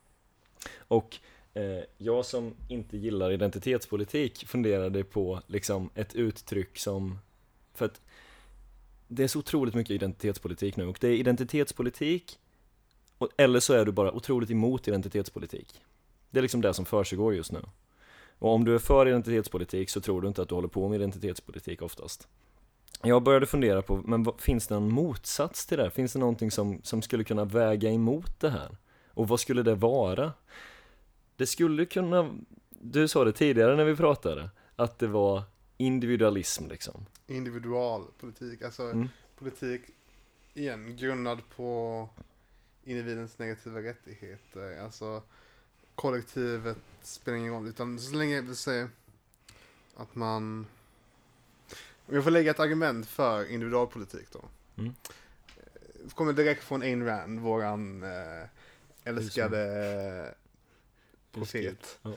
Och eh, jag som inte gillar identitetspolitik funderade på liksom ett uttryck som, för att det är så otroligt mycket identitetspolitik nu och det är identitetspolitik och, eller så är du bara otroligt emot identitetspolitik. Det är liksom det som försiggår just nu. Och om du är för identitetspolitik så tror du inte att du håller på med identitetspolitik oftast. Jag började fundera på, men vad, finns det någon motsats till det? Finns det någonting som, som skulle kunna väga emot det här? Och vad skulle det vara? Det skulle kunna, du sa det tidigare när vi pratade, att det var individualism liksom. Individualpolitik, alltså Mm. politik igen grundad på individens negativa rättigheter. Alltså kollektivet spelar ingen roll, utan så länge jag vill säga att man, om jag får lägga ett argument för individualpolitik då. Mm. Det kommer direkt från Ayn Rand, våran eh, älskade profet. Ja.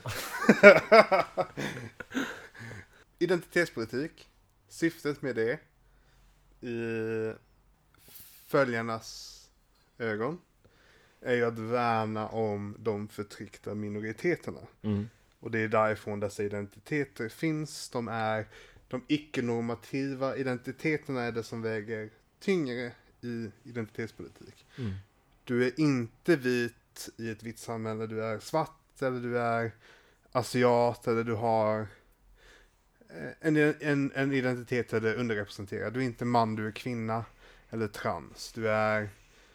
Identitetspolitik, syftet med det i följarnas ögon är ju att värna om de förtryckta minoriteterna. Mm. Och det är därifrån dessa identiteter finns. De är de icke-normativa identiteterna är det som väger tyngre i identitetspolitik. Mm. Du är inte vit i ett vitt samhälle, du är svart eller du är asiat eller du har en, en, en identitet där du är underrepresenterad. Du är inte man, du är kvinna eller trans. Du är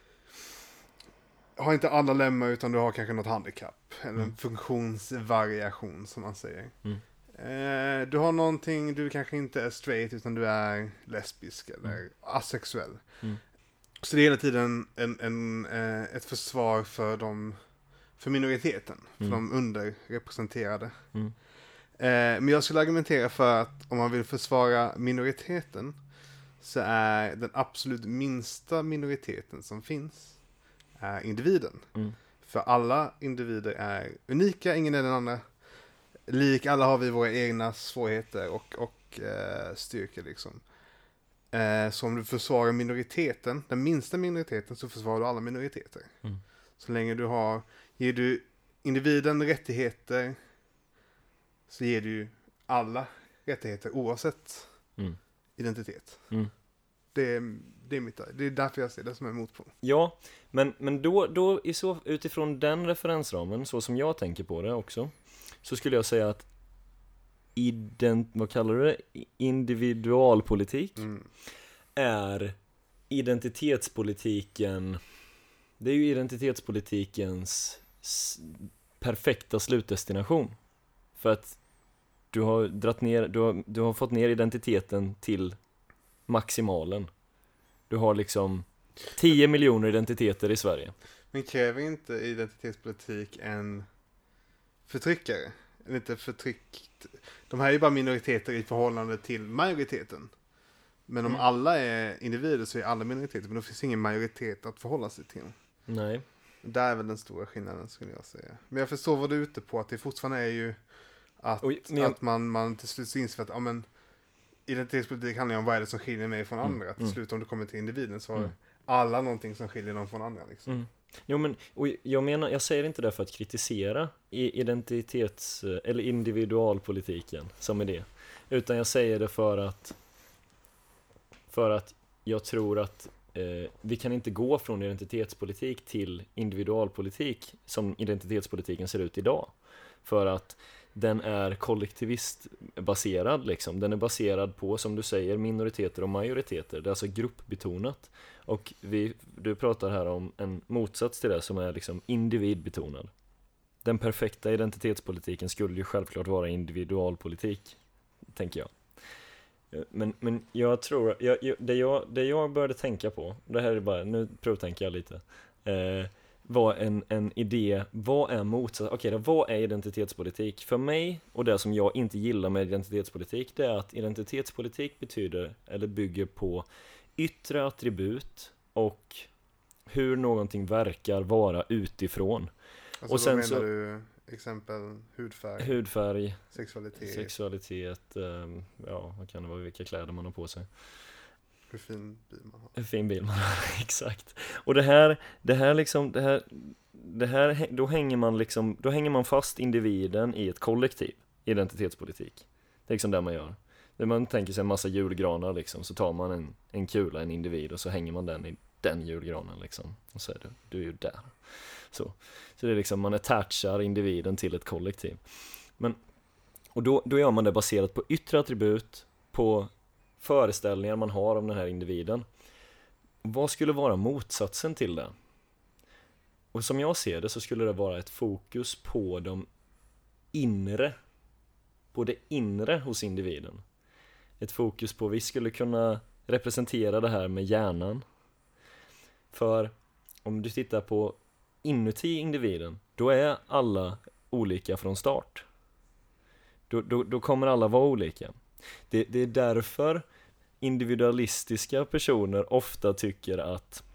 har inte alla lemmar utan du har kanske något handikapp eller en Mm. funktionsvariation som man säger. Mm. Eh, du har någonting, du kanske inte är straight utan du är lesbisk eller Mm. asexuell. Mm. Så det är hela tiden en, en, eh, ett försvar för, de, för minoriteten, för Mm. de underrepresenterade. Mm. Eh, men jag skulle argumentera för att om man vill försvara minoriteten så är den absolut minsta minoriteten som finns är individen. Mm. För alla individer är unika, ingen är den andra. Lik alla har vi våra egna svårigheter och, och eh, styrkor liksom. Eh, så om du försvarar minoriteten, den minsta minoriteten, så försvarar du alla minoriteter. Mm. Så länge du har, ger du individen rättigheter så ger du alla rättigheter oavsett Mm. identitet. Mm. Det är Det är, mitt, det är därför jag ser det som en motpol. Ja, men, men då, då i så, utifrån den referensramen, så som jag tänker på det också, så skulle jag säga att ident, vad kallar du det? Individualpolitik Mm. är identitetspolitiken. Det är ju identitetspolitikens s- perfekta slutdestination. För att du har dratt ner, du har, du har fått ner identiteten till maximalen. Du har liksom tio miljoner identiteter i Sverige. Men kräver inte identitetspolitik en förtryckare? Eller inte förtryck. De här är ju bara minoriteter i förhållande till majoriteten. Men om Mm. alla är individer så är alla minoriteter. Men då finns ingen majoritet att förhålla sig till. Nej. Där är väl den stora skillnaden, skulle jag säga. Men jag förstår vad du är ute på. Att det fortfarande är ju att, Oj, men jag- att man, man till slut inser att ja, men, identitetspolitik handlar ju om vad är det som skiljer mig från Mm, andra. Till mm. slut om du kommer till individen så har Mm. alla någonting som skiljer dem från andra. Liksom. Mm. Jo, men och jag menar, jag säger inte det för att kritisera i- identitets eller individualpolitiken som är det, utan jag säger det för att för att jag tror att eh, vi kan inte gå från identitetspolitik till individualpolitik som identitetspolitiken ser ut idag, för att den är kollektivistbaserad liksom. Den är baserad på, som du säger, minoriteter och majoriteter. Det är alltså gruppbetonat. Och vi, du pratar här om en motsats till det som är liksom individbetonad. Den perfekta identitetspolitiken skulle ju självklart vara individualpolitik, tänker jag. Men, men jag tror, jag, jag, det, jag, det jag började tänka på, det här är bara, nu provtänker jag lite, eh, var en, en idé, vad är motsats, okej då, vad är identitetspolitik? För mig, och det som jag inte gillar med identitetspolitik, det är att identitetspolitik betyder, eller bygger på yttre attribut och hur någonting verkar vara utifrån. Alltså, Och sen vad menar så- du? Exempel, hudfärg, Hudfärg, sexualitet, sexualitet, ehm, ja, vad kan det vara, vilka kläder man har på sig. hur fin bil man har. En fin bil man har, exakt. Och det här, det här liksom, det här, det här, då hänger man liksom, då hänger man fast individen i ett kollektiv, identitetspolitik. Det är liksom det man gör. När man tänker sig en massa julgranar liksom, så tar man en, en kula, en individ, och så hänger man den i den julgranen liksom. Och så är det, du är ju där. Så, så det är liksom, man attachar individen till ett kollektiv. Men, och då, då gör man det baserat på yttre attribut, på föreställningar man har om den här individen. Vad skulle vara motsatsen till det? Och som jag ser det så skulle det vara ett fokus på de inre, på det inre hos individen. Ett fokus på, vi skulle kunna representera det här med hjärnan. För om du tittar på inuti individen, då är alla olika från start. Då, då, då kommer alla vara olika. Det, det är därför individualistiska personer ofta tycker att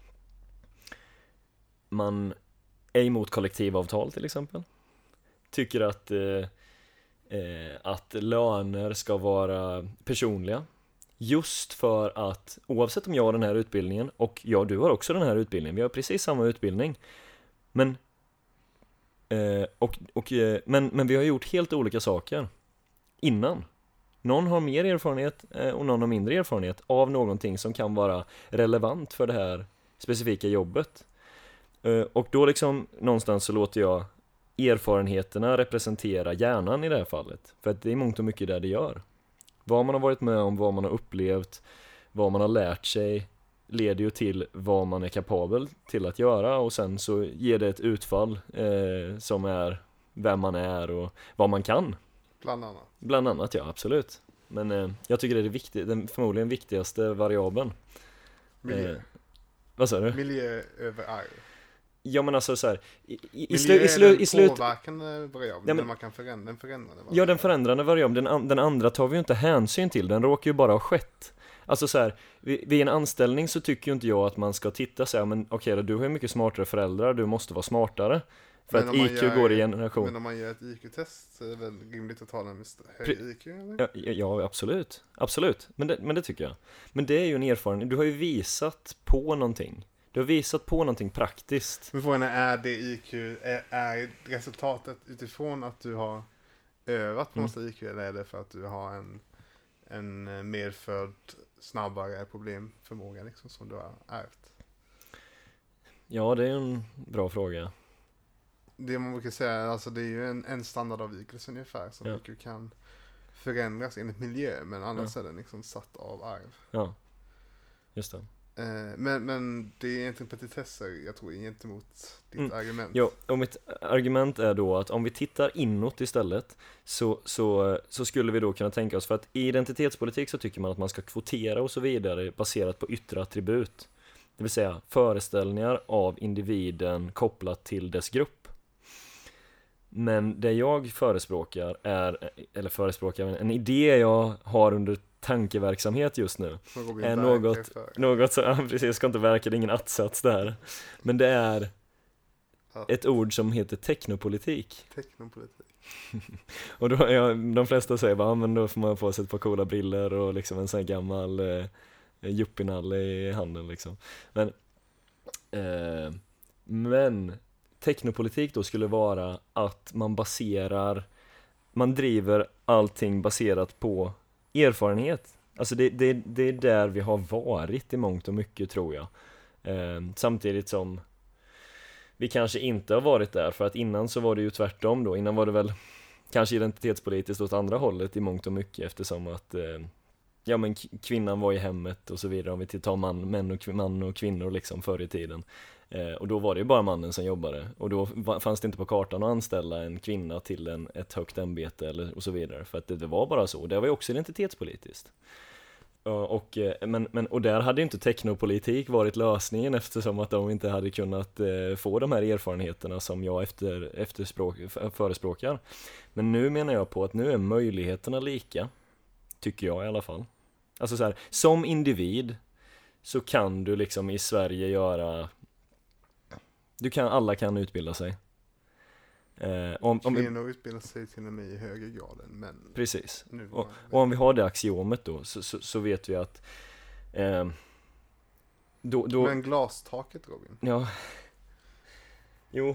man är emot kollektivavtal till exempel. Tycker att, eh, eh, att löner ska vara personliga. Just för att, oavsett om jag har den här utbildningen, och ja, du har också den här utbildningen, vi har precis samma utbildning, men, eh, och, och, eh, men, men vi har gjort helt olika saker innan. Någon har mer erfarenhet eh, och någon har mindre erfarenhet av någonting som kan vara relevant för det här specifika jobbet. Eh, och då liksom någonstans så låter jag erfarenheterna representera hjärnan i det här fallet. För att det är mångt och mycket där det gör. Vad man har varit med om, vad man har upplevt, vad man har lärt sig leder ju till vad man är kapabel till att göra, och sen så ger det ett utfall eh, som är vem man är och vad man kan. Bland annat. Bland annat, ja, absolut. Men eh, jag tycker det är det viktiga, den förmodligen viktigaste variabeln. Miljö, Eh, vad sa du? Miljö över arv. Ja, men alltså så här, i, i, i, Miljö slu, i, är slu, den i slut... påverkande variabeln, Ja, men- men man kan förändra den förändrande variabeln. Ja, den förändrande variabeln, den, an, den andra tar vi ju inte hänsyn till, den råkar ju bara ha skett. Alltså så här, vid, vid en anställning så tycker ju inte jag att man ska titta så här, men okej då, du har ju mycket smartare föräldrar, du måste vara smartare. För Men att om man I Q gör- går i generation. Men om man gör ett I Q-test så är det väl rimligt att ta den med st- högre I Q, eller? Ja, ja, ja, absolut. Absolut. Men det, men det tycker jag. Men det är ju en erfarenhet. Du har ju visat på någonting. Du har visat på någonting praktiskt. Men frågan är, är det I Q, är, är resultatet utifrån att du har övat på Mm. massa I Q, eller är det för att du har en, en medfödd snabbare problemförmåga liksom, som du har ärvt? Ja, det är en bra fråga. Det man brukar säga, alltså det är ju en, en standardavvikelse ungefär som Ja. mycket kan förändras enligt miljö, men annars Ja. är den liksom satt av arv. Ja, just det. Eh, men, men det är egentligen petitesser, jag tror, gentemot ditt Mm. argument. Ja, och mitt argument är då att om vi tittar inåt istället så, så, så skulle vi då kunna tänka oss, för att i identitetspolitik så tycker man att man ska kvotera och så vidare baserat på yttre attribut. Det vill säga föreställningar av individen kopplat till dess grupp. Men det jag förespråkar är, eller förespråkar, en idé jag har under tankeverksamhet just nu Som Robin är Berg något, för. något som, ja, precis, jag ska inte verka, det är ingen att-sats där. Men det är Ja. ett ord som heter teknopolitik. Teknopolitik. Och då, ja, de flesta säger bara, ja, men då får man få sig ett par coola briller och liksom en sån här gammal eh, juppinalle i handen liksom. Men, eh, men teknopolitik då skulle vara att man baserar, man driver allting baserat på erfarenhet. Alltså det, det, det är där vi har varit i mångt och mycket, tror jag. Eh, samtidigt som vi kanske inte har varit där, för att innan så var det ju tvärtom då. Innan var det väl kanske identitetspolitiskt åt andra hållet i mångt och mycket, eftersom att eh, ja, men k- kvinnan var i hemmet och så vidare, om vi tittar man, män och, kv- man och kvinnor liksom förr i tiden. Eh, och då var det ju bara mannen som jobbade, och då va- fanns det inte på kartan att anställa en kvinna till en, ett högt ämbete eller, och så vidare, för att det, det var bara så. Det var ju också identitetspolitiskt. Ja, och, eh, men, men, och där hade ju inte teknopolitik varit lösningen, eftersom att de inte hade kunnat eh, få de här erfarenheterna som jag efter, efterspråk, f- förespråkar. Men nu menar jag på att nu är möjligheterna lika, tycker jag i alla fall. Alltså så här, som individ så kan du liksom i Sverige göra, du kan, alla kan utbilda sig. Eh, om, om vi, Kvinnor utbildar sig till och med i högre grad än män. precis. Nu, Och, och om vi har det axiomet då, så, så, så vet vi att eh, då, då, Men glastaket, Robin. ja, jo,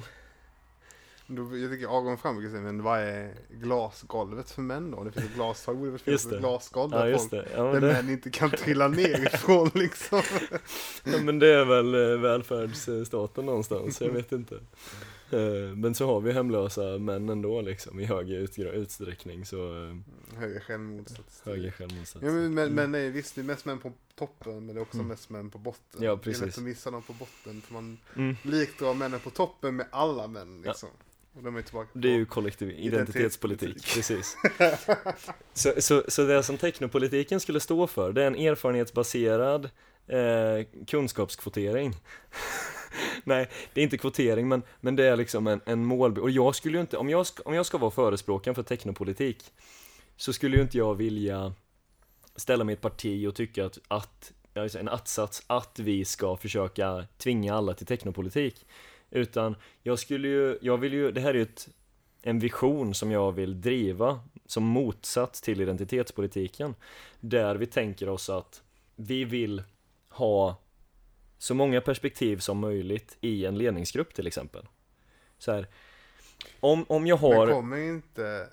Då, jag tycker Aron Fram brukar säga, men vad är glasgolvet för män då? Det finns ett glastak, borde det finnas Just ett det. glasgolv ja där, just folk, det. Ja, men där det, män inte kan trilla ner ifrån liksom. ja, men det är väl eh, välfärdsstaten någonstans, jag vet inte. Eh, men så har vi hemlösa män ändå liksom, i högre ut, utsträckning, så eh, Högre självmordsstatistik. högre Ja, självmordsstatistik. men, men, men nej, visst, det är mest män på toppen, men det är också Mm. mest män på botten. Ja, Det är precis. lätt att missa dem på botten, för man Mm. likdrar männen på toppen med alla män liksom. Och de är tillbaka på Det är ju kollektiv identitetspolitik, Identitetspolitik. precis. så, så, så det som teknopolitiken skulle stå för, det är en erfarenhetsbaserad eh, kunskapskvotering. Nej, det är inte kvotering, men, men det är liksom en, en mål. Och jag skulle ju inte, om jag ska, om jag ska vara förespråkaren för teknopolitik, så skulle ju inte jag vilja ställa mig i ett parti och tycka att, att en att-sats att vi ska försöka tvinga alla till teknopolitik. Utan jag skulle ju, jag vill ju, det här är ju ett, en vision som jag vill driva som motsats till identitetspolitiken, där vi tänker oss att vi vill ha så många perspektiv som möjligt i en ledningsgrupp till exempel. Så här, om, om jag har... Men kommer inte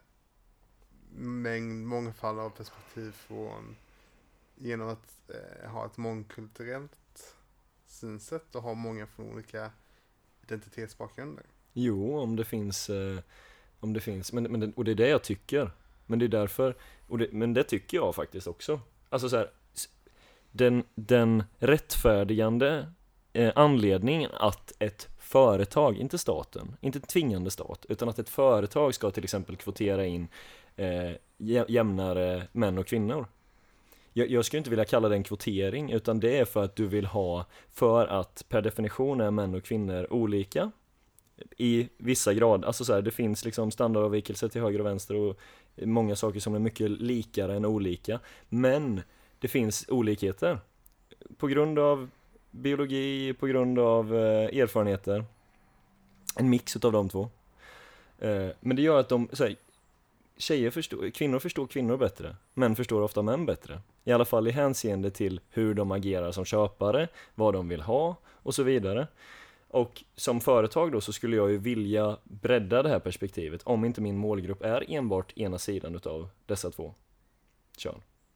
mängd, mångfald av perspektiv från genom att eh, ha ett mångkulturellt synsätt och ha många från olika identitetsbakgrunder? Jo, om det finns, eh, om det finns, men, men det, och det är det jag tycker. Men det är därför, och det, men det tycker jag faktiskt också. Alltså så här, s- den, den rättfärdigande eh, anledningen att ett företag, inte staten, inte en tvingande stat, utan att ett företag ska till exempel kvotera in eh, jä- jämnare män och kvinnor. Jag, jag skulle inte vilja kalla det en kvotering, utan det är för att du vill ha, för att per definition är män och kvinnor olika i vissa grad, alltså så här, det finns liksom standardavvikelser till höger och vänster och många saker som är mycket likare än olika, men det finns olikheter på grund av biologi, på grund av eh, erfarenheter, en mix av de två. Eh, men det gör att de, så här, tjejer förstår, kvinnor förstår kvinnor bättre, män förstår ofta män bättre. I alla fall i hänseende till hur de agerar som köpare, vad de vill ha och så vidare. Och som företag då så skulle jag ju vilja bredda det här perspektivet, om inte min målgrupp är enbart ena sidan utav dessa två kön.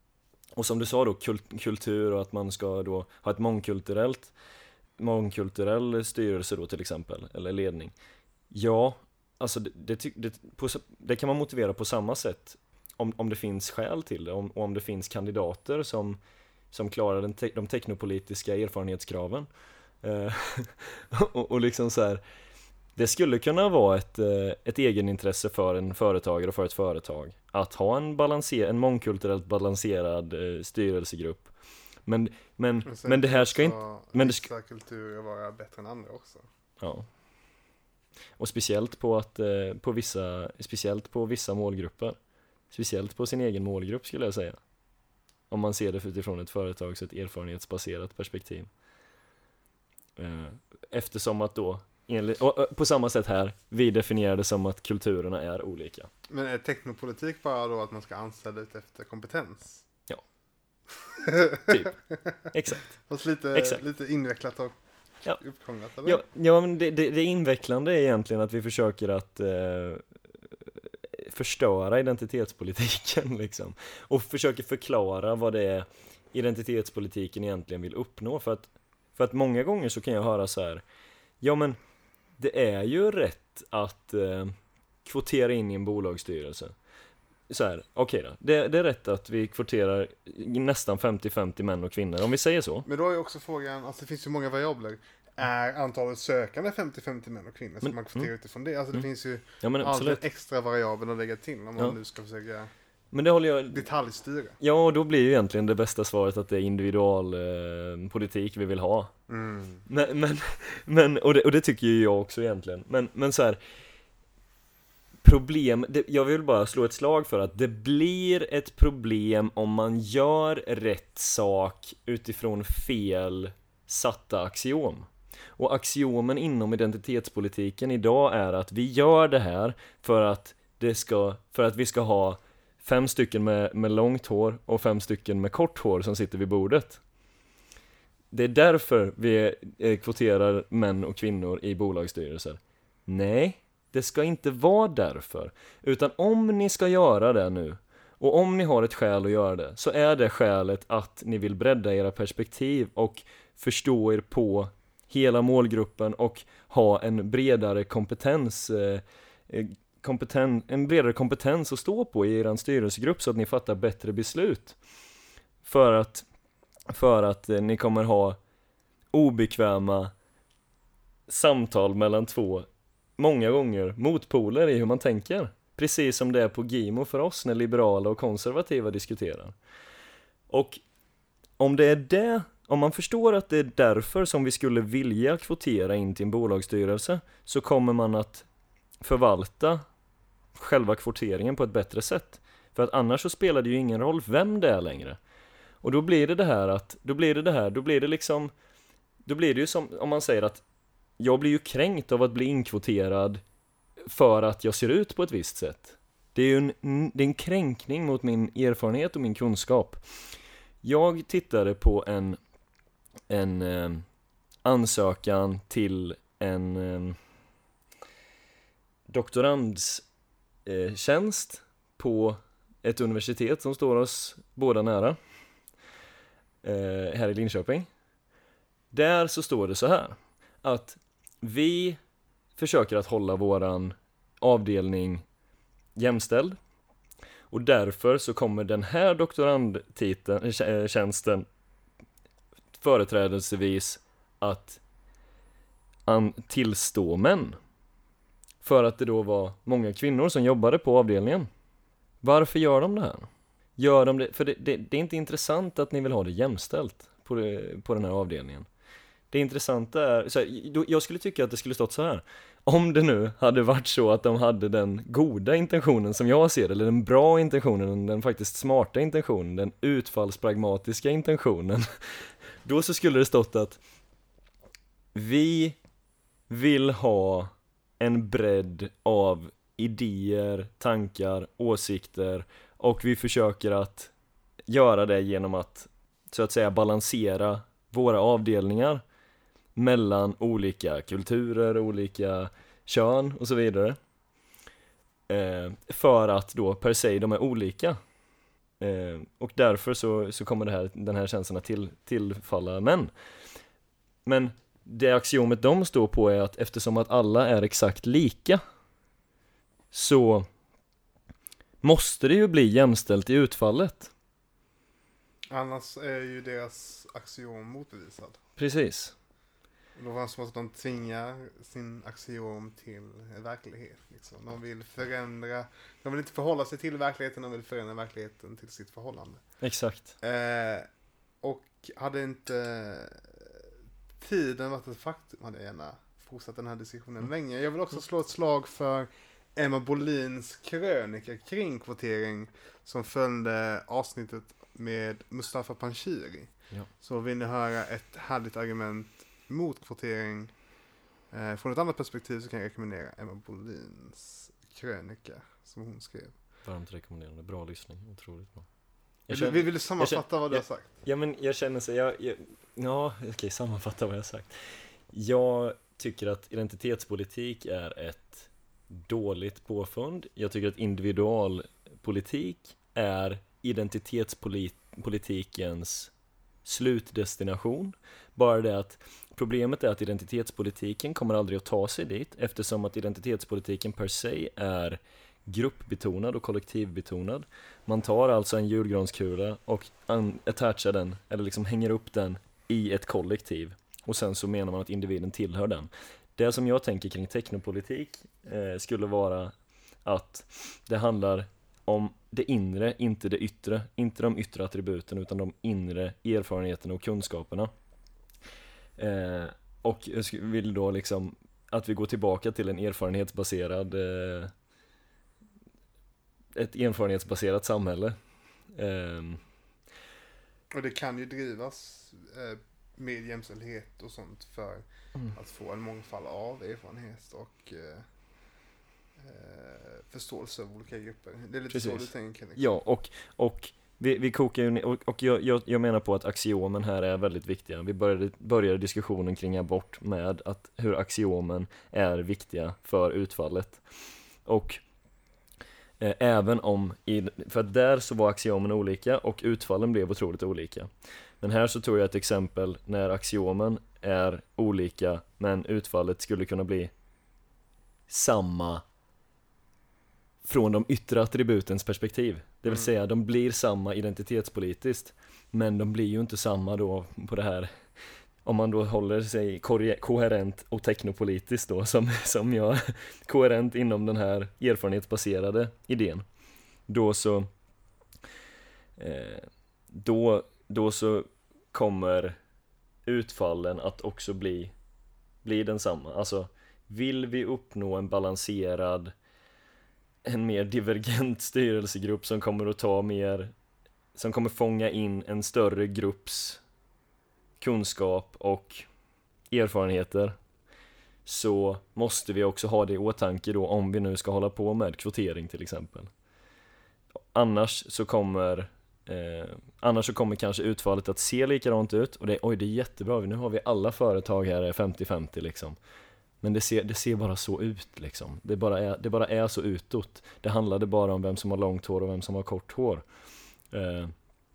Och som du sa då, kult- kultur och att man ska då ha ett mångkulturellt mångkulturell styrelse då till exempel, eller ledning. Ja, alltså det, det, det, på, det kan man motivera på samma sätt om, om det finns skäl till det, om, om det finns kandidater som, som klarar den te, de teknopolitiska erfarenhetskraven. Eh, och, och liksom så här, det skulle kunna vara ett, ett egenintresse för en företagare och för ett företag att ha en, balanser, en mångkulturellt balanserad eh, styrelsegrupp. Men, men, men det här ska inte... Men vissa kulturer vara bättre än andra också. Ja. Och speciellt på, att, eh, på vissa, speciellt på vissa målgrupper. Speciellt på sin egen målgrupp skulle jag säga. Om man ser det utifrån ett företags ett erfarenhetsbaserat perspektiv. Eh, eftersom att då enligt, och, och på samma sätt här, vi definierar det som att kulturerna är olika. Men är teknopolitik bara då att man ska anställa ut efter kompetens? Ja. Typ. Exakt. Fast lite, Exakt. lite invecklat och ja. uppkrånglat, eller? Ja, ja men det, det, det invecklande är egentligen att vi försöker att eh, förstöra identitetspolitiken liksom. Och försöker förklara vad det är identitetspolitiken egentligen vill uppnå. För att, för att många gånger så kan jag höra så här: ja men det är ju rätt att eh, kvotera in i en bolagsstyrelse. Så här, okej okay då. Det, det är rätt att vi kvoterar nästan femtio femtio män och kvinnor, om vi säger så. Men då är ju också frågan, alltså det finns ju många variabler. Är antalet sökande femtio femtio män och kvinnor? Så man kvoterar mm. utifrån det. Alltså det mm. finns ju ja, alltid en extra variabel att lägga till om man ja. nu ska försöka men det håller jag... detaljstyra. Ja, och då blir ju egentligen det bästa svaret att det är individualpolitik eh, vi vill ha. Mm. Men, men, men och, det, och det tycker ju jag också egentligen. Men, men så här, problem, det, jag vill bara slå ett slag för att det blir ett problem om man gör rätt sak utifrån fel satta axiom. Och axiomen inom identitetspolitiken idag är att vi gör det här för att, det ska, för att vi ska ha fem stycken med, med långt hår och fem stycken med kort hår som sitter vid bordet. Det är därför vi kvoterar män och kvinnor i bolagsstyrelser. Nej, det ska inte vara därför. Utan om ni ska göra det nu, och om ni har ett skäl att göra det, så är det skälet att ni vill bredda era perspektiv och förstå er på hela målgruppen och ha en bredare kompetens eh, kompeten- en bredare kompetens att stå på i er styrelsegrupp så att ni fattar bättre beslut. För att, för att eh, ni kommer ha obekväma samtal mellan två, många gånger, motpoler i hur man tänker. Precis som det är på Gimo för oss när liberala och konservativa diskuterar. Och om det är det, om man förstår att det är därför som vi skulle vilja kvotera in till en bolagsstyrelse, så kommer man att förvalta själva kvoteringen på ett bättre sätt. För att annars så spelar det ju ingen roll vem det är längre. Och då blir det det här att, då blir det det här, då blir det liksom, då blir det ju som om man säger att jag blir ju kränkt av att bli inkvoterad för att jag ser ut på ett visst sätt. Det är ju en, det är en kränkning mot min erfarenhet och min kunskap. Jag tittade på en, en eh, ansökan till en eh, doktorandtjänst eh, på ett universitet som står oss båda nära eh, här i Linköping. Där så står det så här att vi försöker att hålla våran avdelning jämställd, och därför så kommer den här doktorandtjänsten företrädelsevis att an- tillstå män, för att det då var många kvinnor som jobbade på avdelningen. Varför gör de det här? Gör de det? För det, det, det är inte intressant att ni vill ha det jämställt på, det, på den här avdelningen. Det intressanta är, så här, jag skulle tycka att det skulle stått så här: om det nu hade varit så att de hade den goda intentionen som jag ser, eller den bra intentionen, den faktiskt smarta intentionen, den utfallspragmatiska intentionen, då så skulle det stått att vi vill ha en bredd av idéer, tankar, åsikter, och vi försöker att göra det genom att så att säga balansera våra avdelningar mellan olika kulturer, olika kön och så vidare. Eh, för att då per se de är olika. Eh, och därför så, så kommer det här, den här känslan att till, tillfalla män. Men det axiomet de står på är att eftersom att alla är exakt lika, så måste det ju bli jämställt i utfallet. Annars är ju deras axiom motbevisad. Precis. Då var det som att de tvingar sin axiom till verklighet. Liksom. De vill förändra, de vill inte förhålla sig till verkligheten, de vill förändra verkligheten till sitt förhållande. Exakt. Eh, och hade inte tiden varit ett faktum hade jag gärna fortsatt den här diskussionen mm. länge. Jag vill också slå ett slag för Emma Bolins krönika kring kvotering som följde avsnittet med Mustafa Panshiri. Ja. Så vill ni höra ett härligt argument mot kvotering eh, från ett annat perspektiv, så kan jag rekommendera Emma Bolins krönika som hon skrev. Varmt rekommenderande, bra lyssning, otroligt bra. Jag känner, vill du sammanfatta känner, vad du jag, har sagt? Ja, men jag känner så, jag, jag, ja, okej, okay, sammanfatta vad jag har sagt. Jag tycker att identitetspolitik är ett dåligt påfund. Jag tycker att individualpolitik är identitetspolitikens slutdestination. Bara det att problemet är att identitetspolitiken kommer aldrig att ta sig dit, eftersom att identitetspolitiken per se är gruppbetonad och kollektivbetonad. Man tar alltså en julgranskula och attachar den, eller liksom hänger upp den i ett kollektiv, och sen så menar man att individen tillhör den. Det som jag tänker kring teknopolitik eh, skulle vara att det handlar om det inre, inte det yttre. Inte de yttre attributen, utan de inre erfarenheterna och kunskaperna. Eh, och jag vill då liksom att vi går tillbaka till en erfarenhetsbaserad eh, ett erfarenhetsbaserat samhälle. Eh, och det kan ju drivas eh, med jämställdhet och sånt för mm. att få en mångfald av erfarenhet och eh, förståelse av olika grupper. Det är lite Precis. Så du tänker. Liksom. Ja, och, och vi, vi kokar ju ner, och, och jag, jag, jag menar på att axiomen här är väldigt viktiga. Vi började, började diskussionen kring abort med att hur axiomen är viktiga för utfallet. Och eh, även om, i, för att där så var axiomen olika och utfallen blev otroligt olika. Men här så tror jag ett exempel när axiomen är olika men utfallet skulle kunna bli samma från de yttre attributens perspektiv. Det vill mm. säga, de blir samma identitetspolitiskt, men de blir ju inte samma då på det här, om man då håller sig ko- koherent och teknopolitiskt då, som, som jag, koherent inom den här erfarenhetsbaserade idén. Då så eh, då, då så kommer utfallen att också bli, bli densamma. Alltså, vill vi uppnå en balanserad, en mer divergent styrelsegrupp som kommer att ta mer, som kommer fånga in en större grupps kunskap och erfarenheter, så måste vi också ha det i åtanke då, om vi nu ska hålla på med kvotering till exempel. Annars så kommer eh, annars så kommer kanske utfallet att se likadant ut, och det, oj, det är jättebra, nu har vi alla företag här femtio femtio liksom. Men det ser, det ser bara så ut liksom. Det bara, är, det bara är så utåt. Det handlade bara om vem som har långt hår och vem som har kort hår. Eh,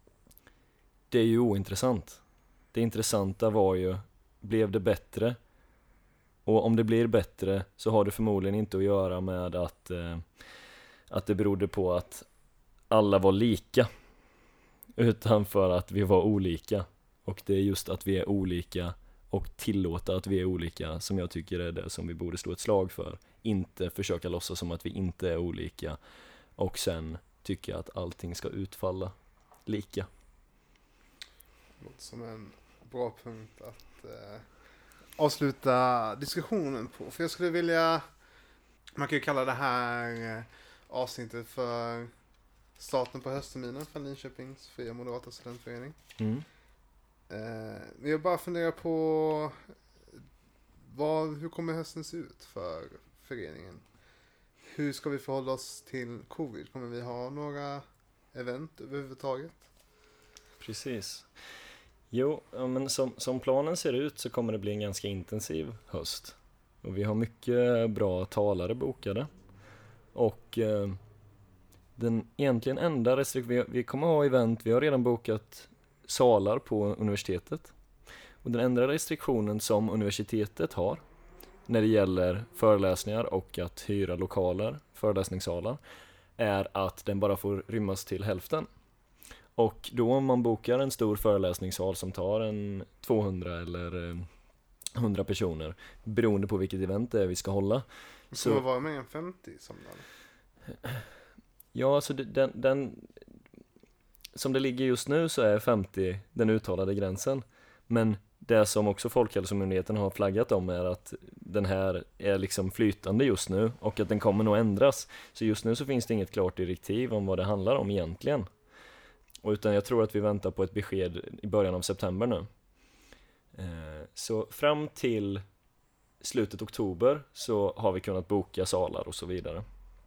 det är ju ointressant. Det intressanta var ju, blev det bättre? Och om det blir bättre så har det förmodligen inte att göra med att, eh, att det berodde på att alla var lika, utan för att vi var olika. Och det är just att vi är olika och tillåta att vi är olika som jag tycker är det som vi borde slå ett slag för. Inte försöka låtsas som att vi inte är olika och sen tycka att allting ska utfalla lika. Det låter som en bra punkt att eh, avsluta diskussionen på. För jag skulle vilja, man kan ju kalla det här eh, avsnittet för starten på höstterminen för Linköpings fria moderata studentförening. Mm. Eh, jag bara funderar på vad, hur kommer hösten se ut för föreningen? Hur ska vi förhålla oss till covid? Kommer vi ha några event överhuvudtaget? Precis. Jo, men som, som planen ser ut så kommer det bli en ganska intensiv höst. Och vi har mycket bra talare bokade. Och eh, den egentligen enda restriktionen, vi, vi kommer ha event, vi har redan bokat salar på universitetet. Och den enda restriktionen som universitetet har när det gäller föreläsningar och att hyra lokaler, föreläsningssalar, är att den bara får rymmas till hälften. Och då om man bokar en stor föreläsningssal som tar en tvåhundra eller hundra personer, beroende på vilket event det är vi ska hålla. Det kommer vara med en femtio som där. Ja, alltså den, den som det ligger just nu så är femtio den uttalade gränsen. Men det som också Folkhälsomyndigheten har flaggat om är att den här är liksom flytande just nu och att den kommer nog ändras. Så just nu så finns det inget klart direktiv om vad det handlar om egentligen. Och utan jag tror att vi väntar på ett besked i början av september nu. Så fram till slutet oktober så har vi kunnat boka salar och så vidare.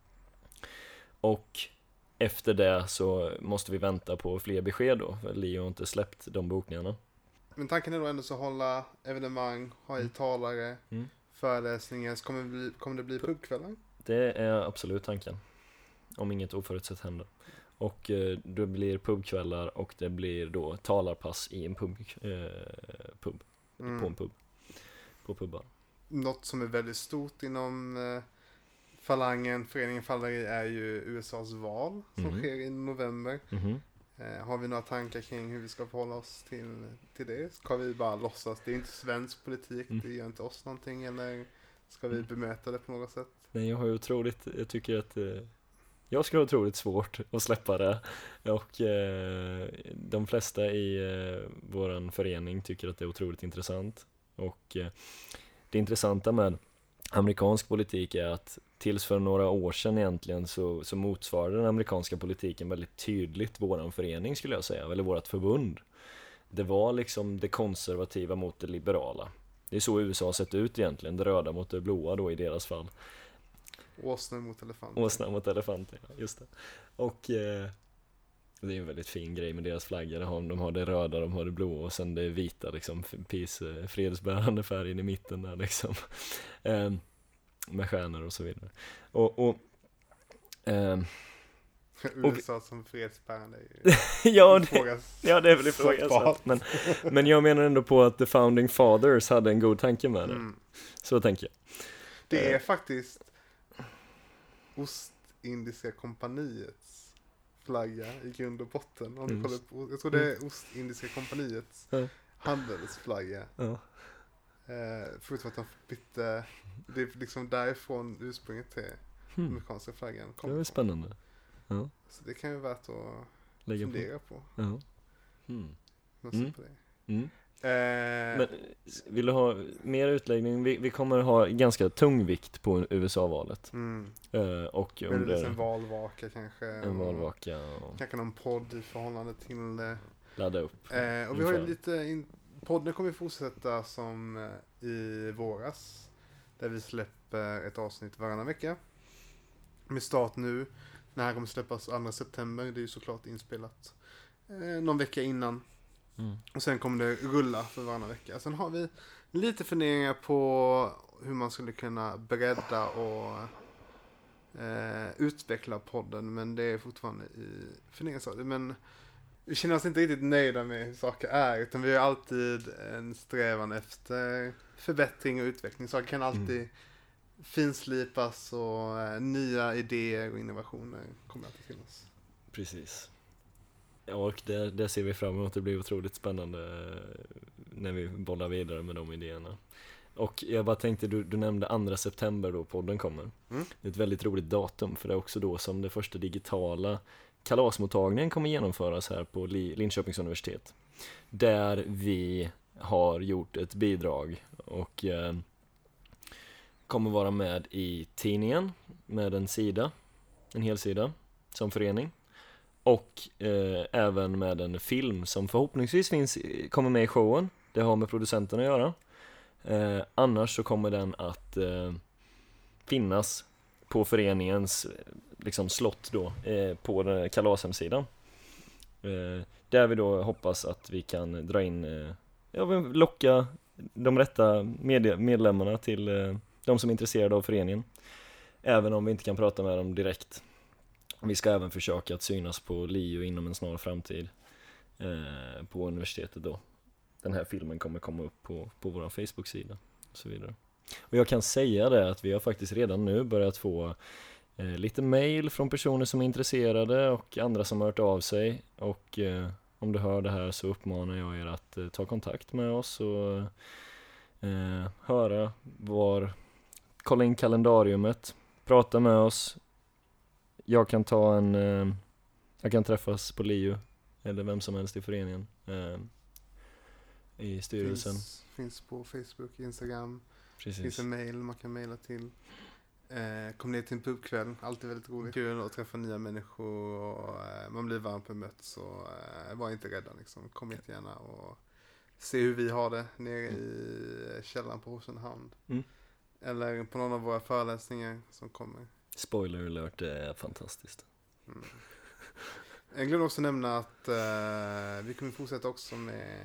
Och efter det så måste vi vänta på fler besked då, för Leo har inte släppt de bokningarna. Men tanken är då ändå så hålla evenemang, ha i talare, mm. föreläsningar, så kommer det bli, kommer det bli pubkvällar? Det är absolut tanken, om inget oförutsett händer. Och eh, det blir pubkvällar och det blir då talarpass i en pub, eh, pub mm. på en pub, på pubbar. Något som är väldigt stort inom eh, falangen, föreningen Falleri, är ju U S A:s val som mm. sker i november. Mm. Eh, har vi några tankar kring hur vi ska förhålla oss till, till det? Ska vi bara låtsas? Det är inte svensk politik, mm. det gör inte oss någonting, eller ska vi bemöta det på något sätt? Nej, jag har ju otroligt, jag tycker att eh, jag skulle ha otroligt svårt att släppa det, och eh, de flesta i eh, våran förening tycker att det är otroligt intressant. Och eh, det intressanta med amerikansk politik är att tills för några år sedan egentligen så, så motsvarade den amerikanska politiken väldigt tydligt våran förening, skulle jag säga, eller vårat förbund. Det var liksom det konservativa mot det liberala. Det är så U S A har sett ut egentligen, det röda mot det blåa då i deras fall. Åsna mot elefanter. Åsna mot elefanter, ja, just det. Och eh, det är en väldigt fin grej med deras flaggor. De har, de har det röda, de har det blå och sen det vita, liksom, peace, fredsbärande färgen i mitten där liksom. Eh, med stjärnor och så vidare. Och, och eh, U S A som fredsbärande ja, det, ja, det är väl ifrågasatt. Men, men jag menar ändå på att the founding fathers hade en god tanke med det. Mm. Så tänker jag. Det är eh. faktiskt Ostindiska kompaniets flagga i grund och botten. Om mm. du på, jag tror det är Ostindiska kompaniets mm. handelsflagga. Mm. Eh, förutom att de bytte, det är liksom därifrån ursprunget till mm. amerikanska flaggan kom. Det är spännande. Ja. Så det kan ju vara värt att lägga fundera på. på. Ja. Mm. Mm. På det. Mm. Eh, Men vill du ha mer utläggning? Vi, vi kommer ha ganska tung vikt på U S A-valet. Mm. Eh, och under en valvaka kanske. En valvaka. Och kanske någon podd i förhållande till det. Ladda upp. Eh, och vi har ju lite in, podden kommer fortsätta som i våras, där vi släpper ett avsnitt varannan vecka. Med start nu. Den här kommer släppas andra september. Det är ju såklart inspelat eh, någon vecka innan. Mm. Och sen kommer det rulla för varannan vecka. Sen har vi lite funderingar på hur man skulle kunna bredda och eh, utveckla podden. Men det är fortfarande i funderingsstadiet. Men vi känner oss inte riktigt nöjda med hur saker är. Utan vi har alltid en strävan efter förbättring och utveckling. Saker kan alltid mm. finslipas och eh, nya idéer och innovationer kommer alltid finnas. Precis. Ja, och det, det ser vi fram emot. Det blir otroligt spännande när vi bollar vidare med de idéerna. Och jag bara tänkte, du, du nämnde andra september då podden kommer. Mm. Det är ett väldigt roligt datum, för det är också då som det första digitala kalasmottagningen kommer genomföras här på Linköpings universitet. Där vi har gjort ett bidrag och eh, kommer vara med i tidningen med en sida, en hel sida som förening. Och eh, även med en film som förhoppningsvis finns, kommer med i showen. Det har med producenten att göra. Eh, annars så kommer den att eh, finnas på föreningens liksom, slott då, eh, på den kalashemsidan. Eh, där vi då hoppas att vi kan dra in, eh, ja, locka de rätta med- medlemmarna till eh, de som är intresserade av föreningen. Även om vi inte kan prata med dem direkt. Vi ska även försöka att synas på L I U inom en snar framtid eh, på universitetet då. Den här filmen kommer komma upp på, på vår Facebook-sida och så vidare. Och jag kan säga det att vi har faktiskt redan nu börjat få eh, lite mail från personer som är intresserade och andra som har hört av sig. Och eh, om du hör det här så uppmanar jag er att eh, ta kontakt med oss och eh, höra var, kolla in kalendariumet, prata med oss. Jag kan ta en, eh, jag kan träffas på L I U eller vem som helst i föreningen eh, i styrelsen. Finns, finns på Facebook, Instagram. Precis. Finns en mail man kan mejla till. Eh, kom ner till en pubkväll, alltid väldigt roligt. Kul att träffa nya människor och eh, man blir varmt bemött, så eh, var inte rädda liksom. Kom hit gärna och se hur vi har det nere mm. i källaren på Rosenhamn. Mm. Eller på någon av våra föreläsningar som kommer. Spoiler alert, det är fantastiskt. Mm. Jag glömde också nämna att eh, vi kommer fortsätta också med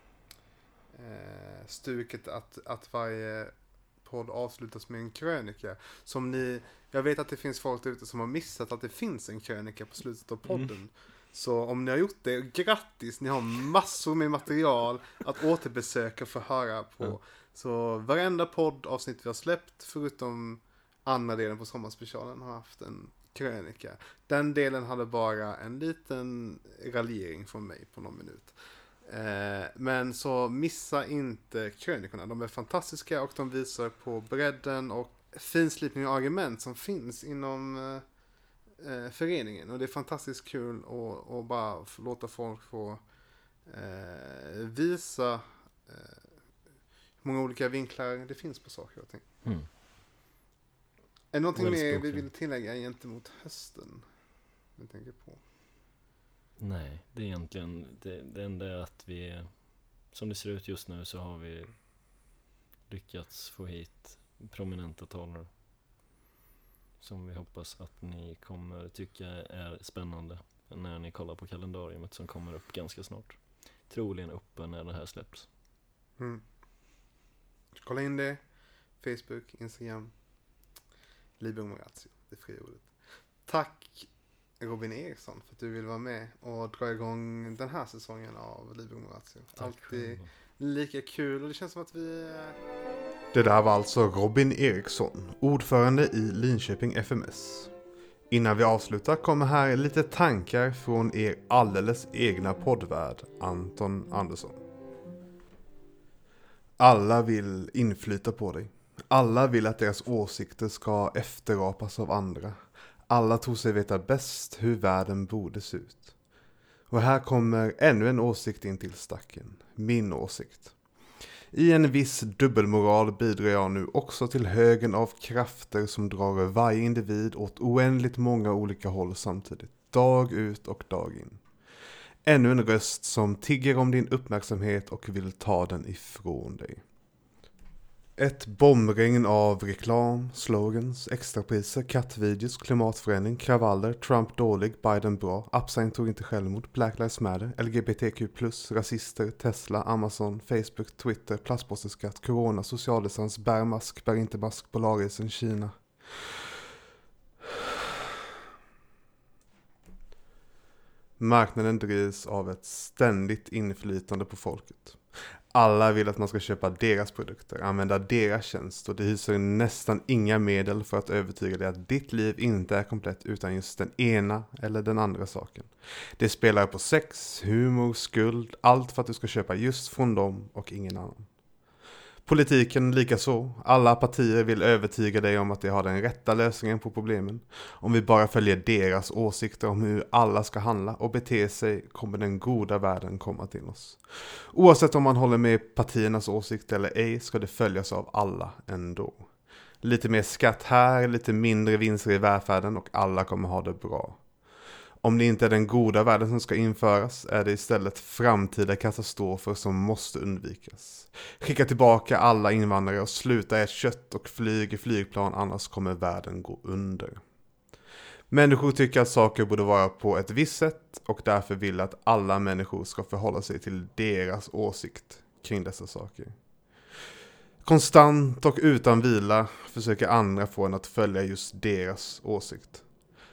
eh, stuket att, att varje podd avslutas med en krönika. Som ni, jag vet att det finns folk ute som har missat att det finns en krönika på slutet av podden. Mm. Så om ni har gjort det, grattis! Ni har massor med material att återbesöka och få höra på. Mm. Så varenda poddavsnitt vi har släppt, förutom andra delen på sommarspecialen, har haft en krönika. Den delen hade bara en liten raljering från mig på någon minut. Eh, men så missa inte krönikorna. De är fantastiska och de visar på bredden och finslipning och argument som finns inom eh, föreningen. Och det är fantastiskt kul att, att bara låta folk få eh, visa eh, hur många olika vinklar det finns på saker och ting. Mm. Är det någonting mer vi vill tillägga gentemot hösten? Jag tänker på. Nej, det är egentligen det, det enda är att vi, som det ser ut just nu, så har vi lyckats få hit prominenta talare som vi hoppas att ni kommer tycka är spännande när ni kollar på kalendariumet som kommer upp ganska snart. Troligen uppe när det här släpps. Mm. Kolla in det. Facebook, Instagram. Liber Moratio, det fria ordet. Tack Robin Eriksson för att du vill vara med och dra igång den här säsongen av Liber Moratio. Alltid lika kul och det känns som att vi... Det där var alltså Robin Eriksson, ordförande i Linköping F M S. Innan vi avslutar kommer här lite tankar från er alldeles egna poddvärd, Anton Andersson. Alla vill inflyta på dig. Alla vill att deras åsikter ska efterapas av andra. Alla tror sig veta bäst hur världen borde se ut. Och här kommer ännu en åsikt in till stacken. Min åsikt. I en viss dubbelmoral bidrar jag nu också till högen av krafter som drar varje individ åt oändligt många olika håll samtidigt. Dag ut och dag in. Ännu en röst som tigger om din uppmärksamhet och vill ta den ifrån dig. Ett bombregn av reklam, slogans, extrapriser, kattvideos, klimatförändring, kravaller, Trump dålig, Biden bra, Upsign tog inte självmord, Black Lives Matter, L G B T Q plus, rasister, Tesla, Amazon, Facebook, Twitter, plastpåseskatt, corona, socialdistans, bär mask, bär inte mask, Polarisen, Kina. Marknaden drivs av ett ständigt inflytande på folket. Alla vill att man ska köpa deras produkter, använda deras tjänst och det hyser nästan inga medel för att övertyga dig att ditt liv inte är komplett utan just den ena eller den andra saken. Det spelar på sex, humor, skuld, allt för att du ska köpa just från dem och ingen annan. Politiken lika så. Alla partier vill övertyga dig om att de har den rätta lösningen på problemen. Om vi bara följer deras åsikter om hur alla ska handla och bete sig kommer den goda världen komma till oss. Oavsett om man håller med partiernas åsikter eller ej ska det följas av alla ändå. Lite mer skatt här, lite mindre vinster i välfärden och alla kommer ha det bra. Om det inte är den goda världen som ska införas är det istället framtida katastrofer som måste undvikas. Skicka tillbaka alla invandrare och sluta äta kött och flyg i flygplan, annars kommer världen gå under. Människor tycker att saker borde vara på ett visst sätt och därför vill att alla människor ska förhålla sig till deras åsikt kring dessa saker. Konstant och utan vila försöker andra få en att följa just deras åsikt.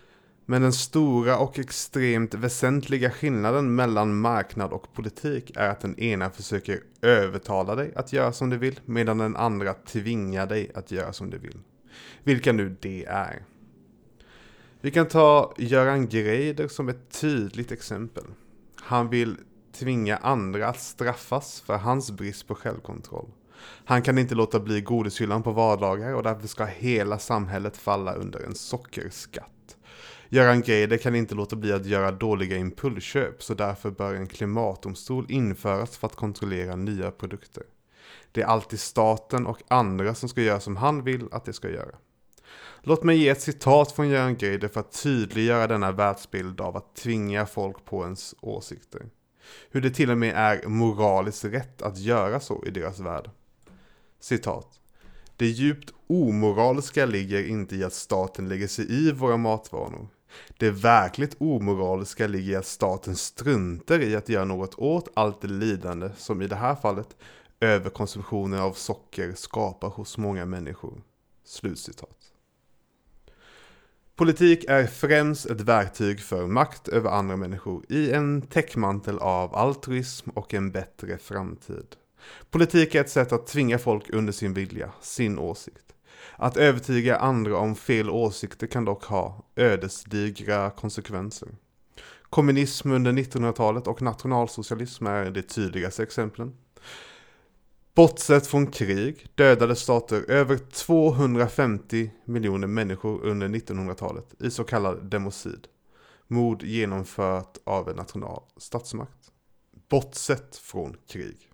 Men den stora och extremt väsentliga skillnaden mellan marknad och politik är att den ena försöker övertala dig att göra som du vill, medan den andra tvingar dig att göra som du vill. Vilka nu det är. Vi kan ta Göran Greider som ett tydligt exempel. Han vill tvinga andra att straffas för hans brist på självkontroll. Han kan inte låta bli godishyllan på vardagar och därför ska hela samhället falla under en sockerskatt. Göran Greider kan inte låta bli att göra dåliga impulsköp, så därför bör en klimatdomstol införas för att kontrollera nya produkter. Det är alltid staten och andra som ska göra som han vill att det ska göra. Låt mig ge ett citat från Göran Greider för att tydliggöra denna världsbild av att tvinga folk på ens åsikter. Hur det till och med är moraliskt rätt att göra så i deras värld. Citat. Det djupt omoraliska ligger inte i att staten lägger sig i våra matvanor. Det verkligt omoraliska ligger i att staten struntar i att göra något åt allt det lidande som i det här fallet överkonsumtionen av socker skapar hos många människor. Slutcitat. Politik är främst ett verktyg för makt över andra människor i en täckmantel av altruism och en bättre framtid. Politik är ett sätt att tvinga folk under sin vilja, sin åsikt. Att övertyga andra om fel åsikter kan dock ha ödesdigra konsekvenser. Kommunism under nittonhundratalet och nationalsocialism är de tydligaste exemplen. Bortsett från krig dödade stater över tvåhundrafemtio miljoner människor under nittonhundratalet i så kallad democid. Mord genomfört av en national statsmakt. Bortsett från krig.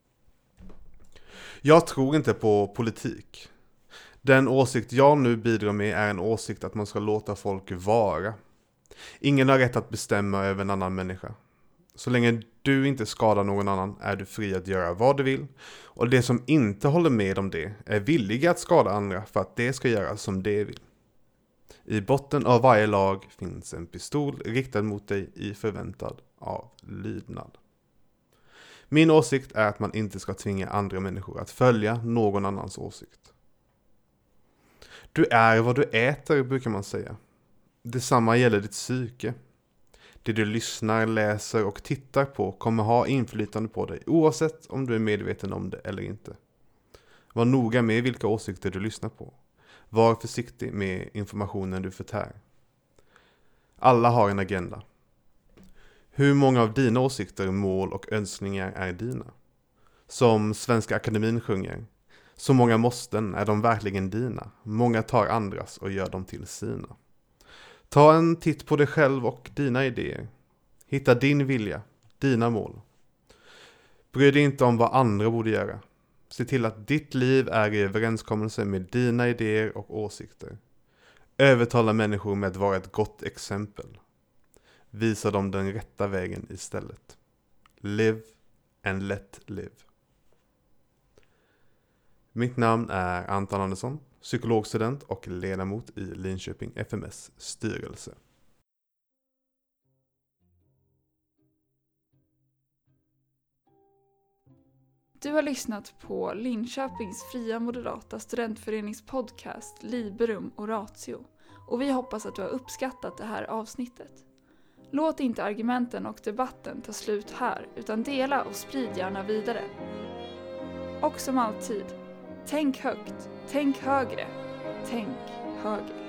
Jag tror inte på politik. Den åsikt jag nu bidrar med är en åsikt att man ska låta folk vara. Ingen har rätt att bestämma över en annan människa. Så länge du inte skadar någon annan är du fri att göra vad du vill. Och det som inte håller med om det är villiga att skada andra för att det ska göra som det vill. I botten av varje lag finns en pistol riktad mot dig i förväntad av lydnad. Min åsikt är att man inte ska tvinga andra människor att följa någon annans åsikt. Du är vad du äter, brukar man säga. Detsamma gäller ditt psyke. Det du lyssnar, läser och tittar på kommer ha inflytande på dig oavsett om du är medveten om det eller inte. Var noga med vilka åsikter du lyssnar på. Var försiktig med informationen du förtär. Alla har en agenda. Hur många av dina åsikter, mål och önskningar är dina? Som Svenska Akademin sjunger. Så många måsten, är de verkligen dina? Många tar andras och gör dem till sina. Ta en titt på dig själv och dina idéer. Hitta din vilja, dina mål. Bry dig inte om vad andra borde göra. Se till att ditt liv är i överenskommelse med dina idéer och åsikter. Övertala människor med att vara ett gott exempel. Visa dem den rätta vägen istället. Live and let live. Mitt namn är Anton Andersson, psykologstudent och ledamot i Linköping F M S styrelse. Du har lyssnat på Linköpings fria moderata studentföreningspodcast Liberum Oratio och vi hoppas att du har uppskattat det här avsnittet. Låt inte argumenten och debatten ta slut här utan dela och sprid gärna vidare. Och som alltid, tänk högt, tänk högre, tänk högre.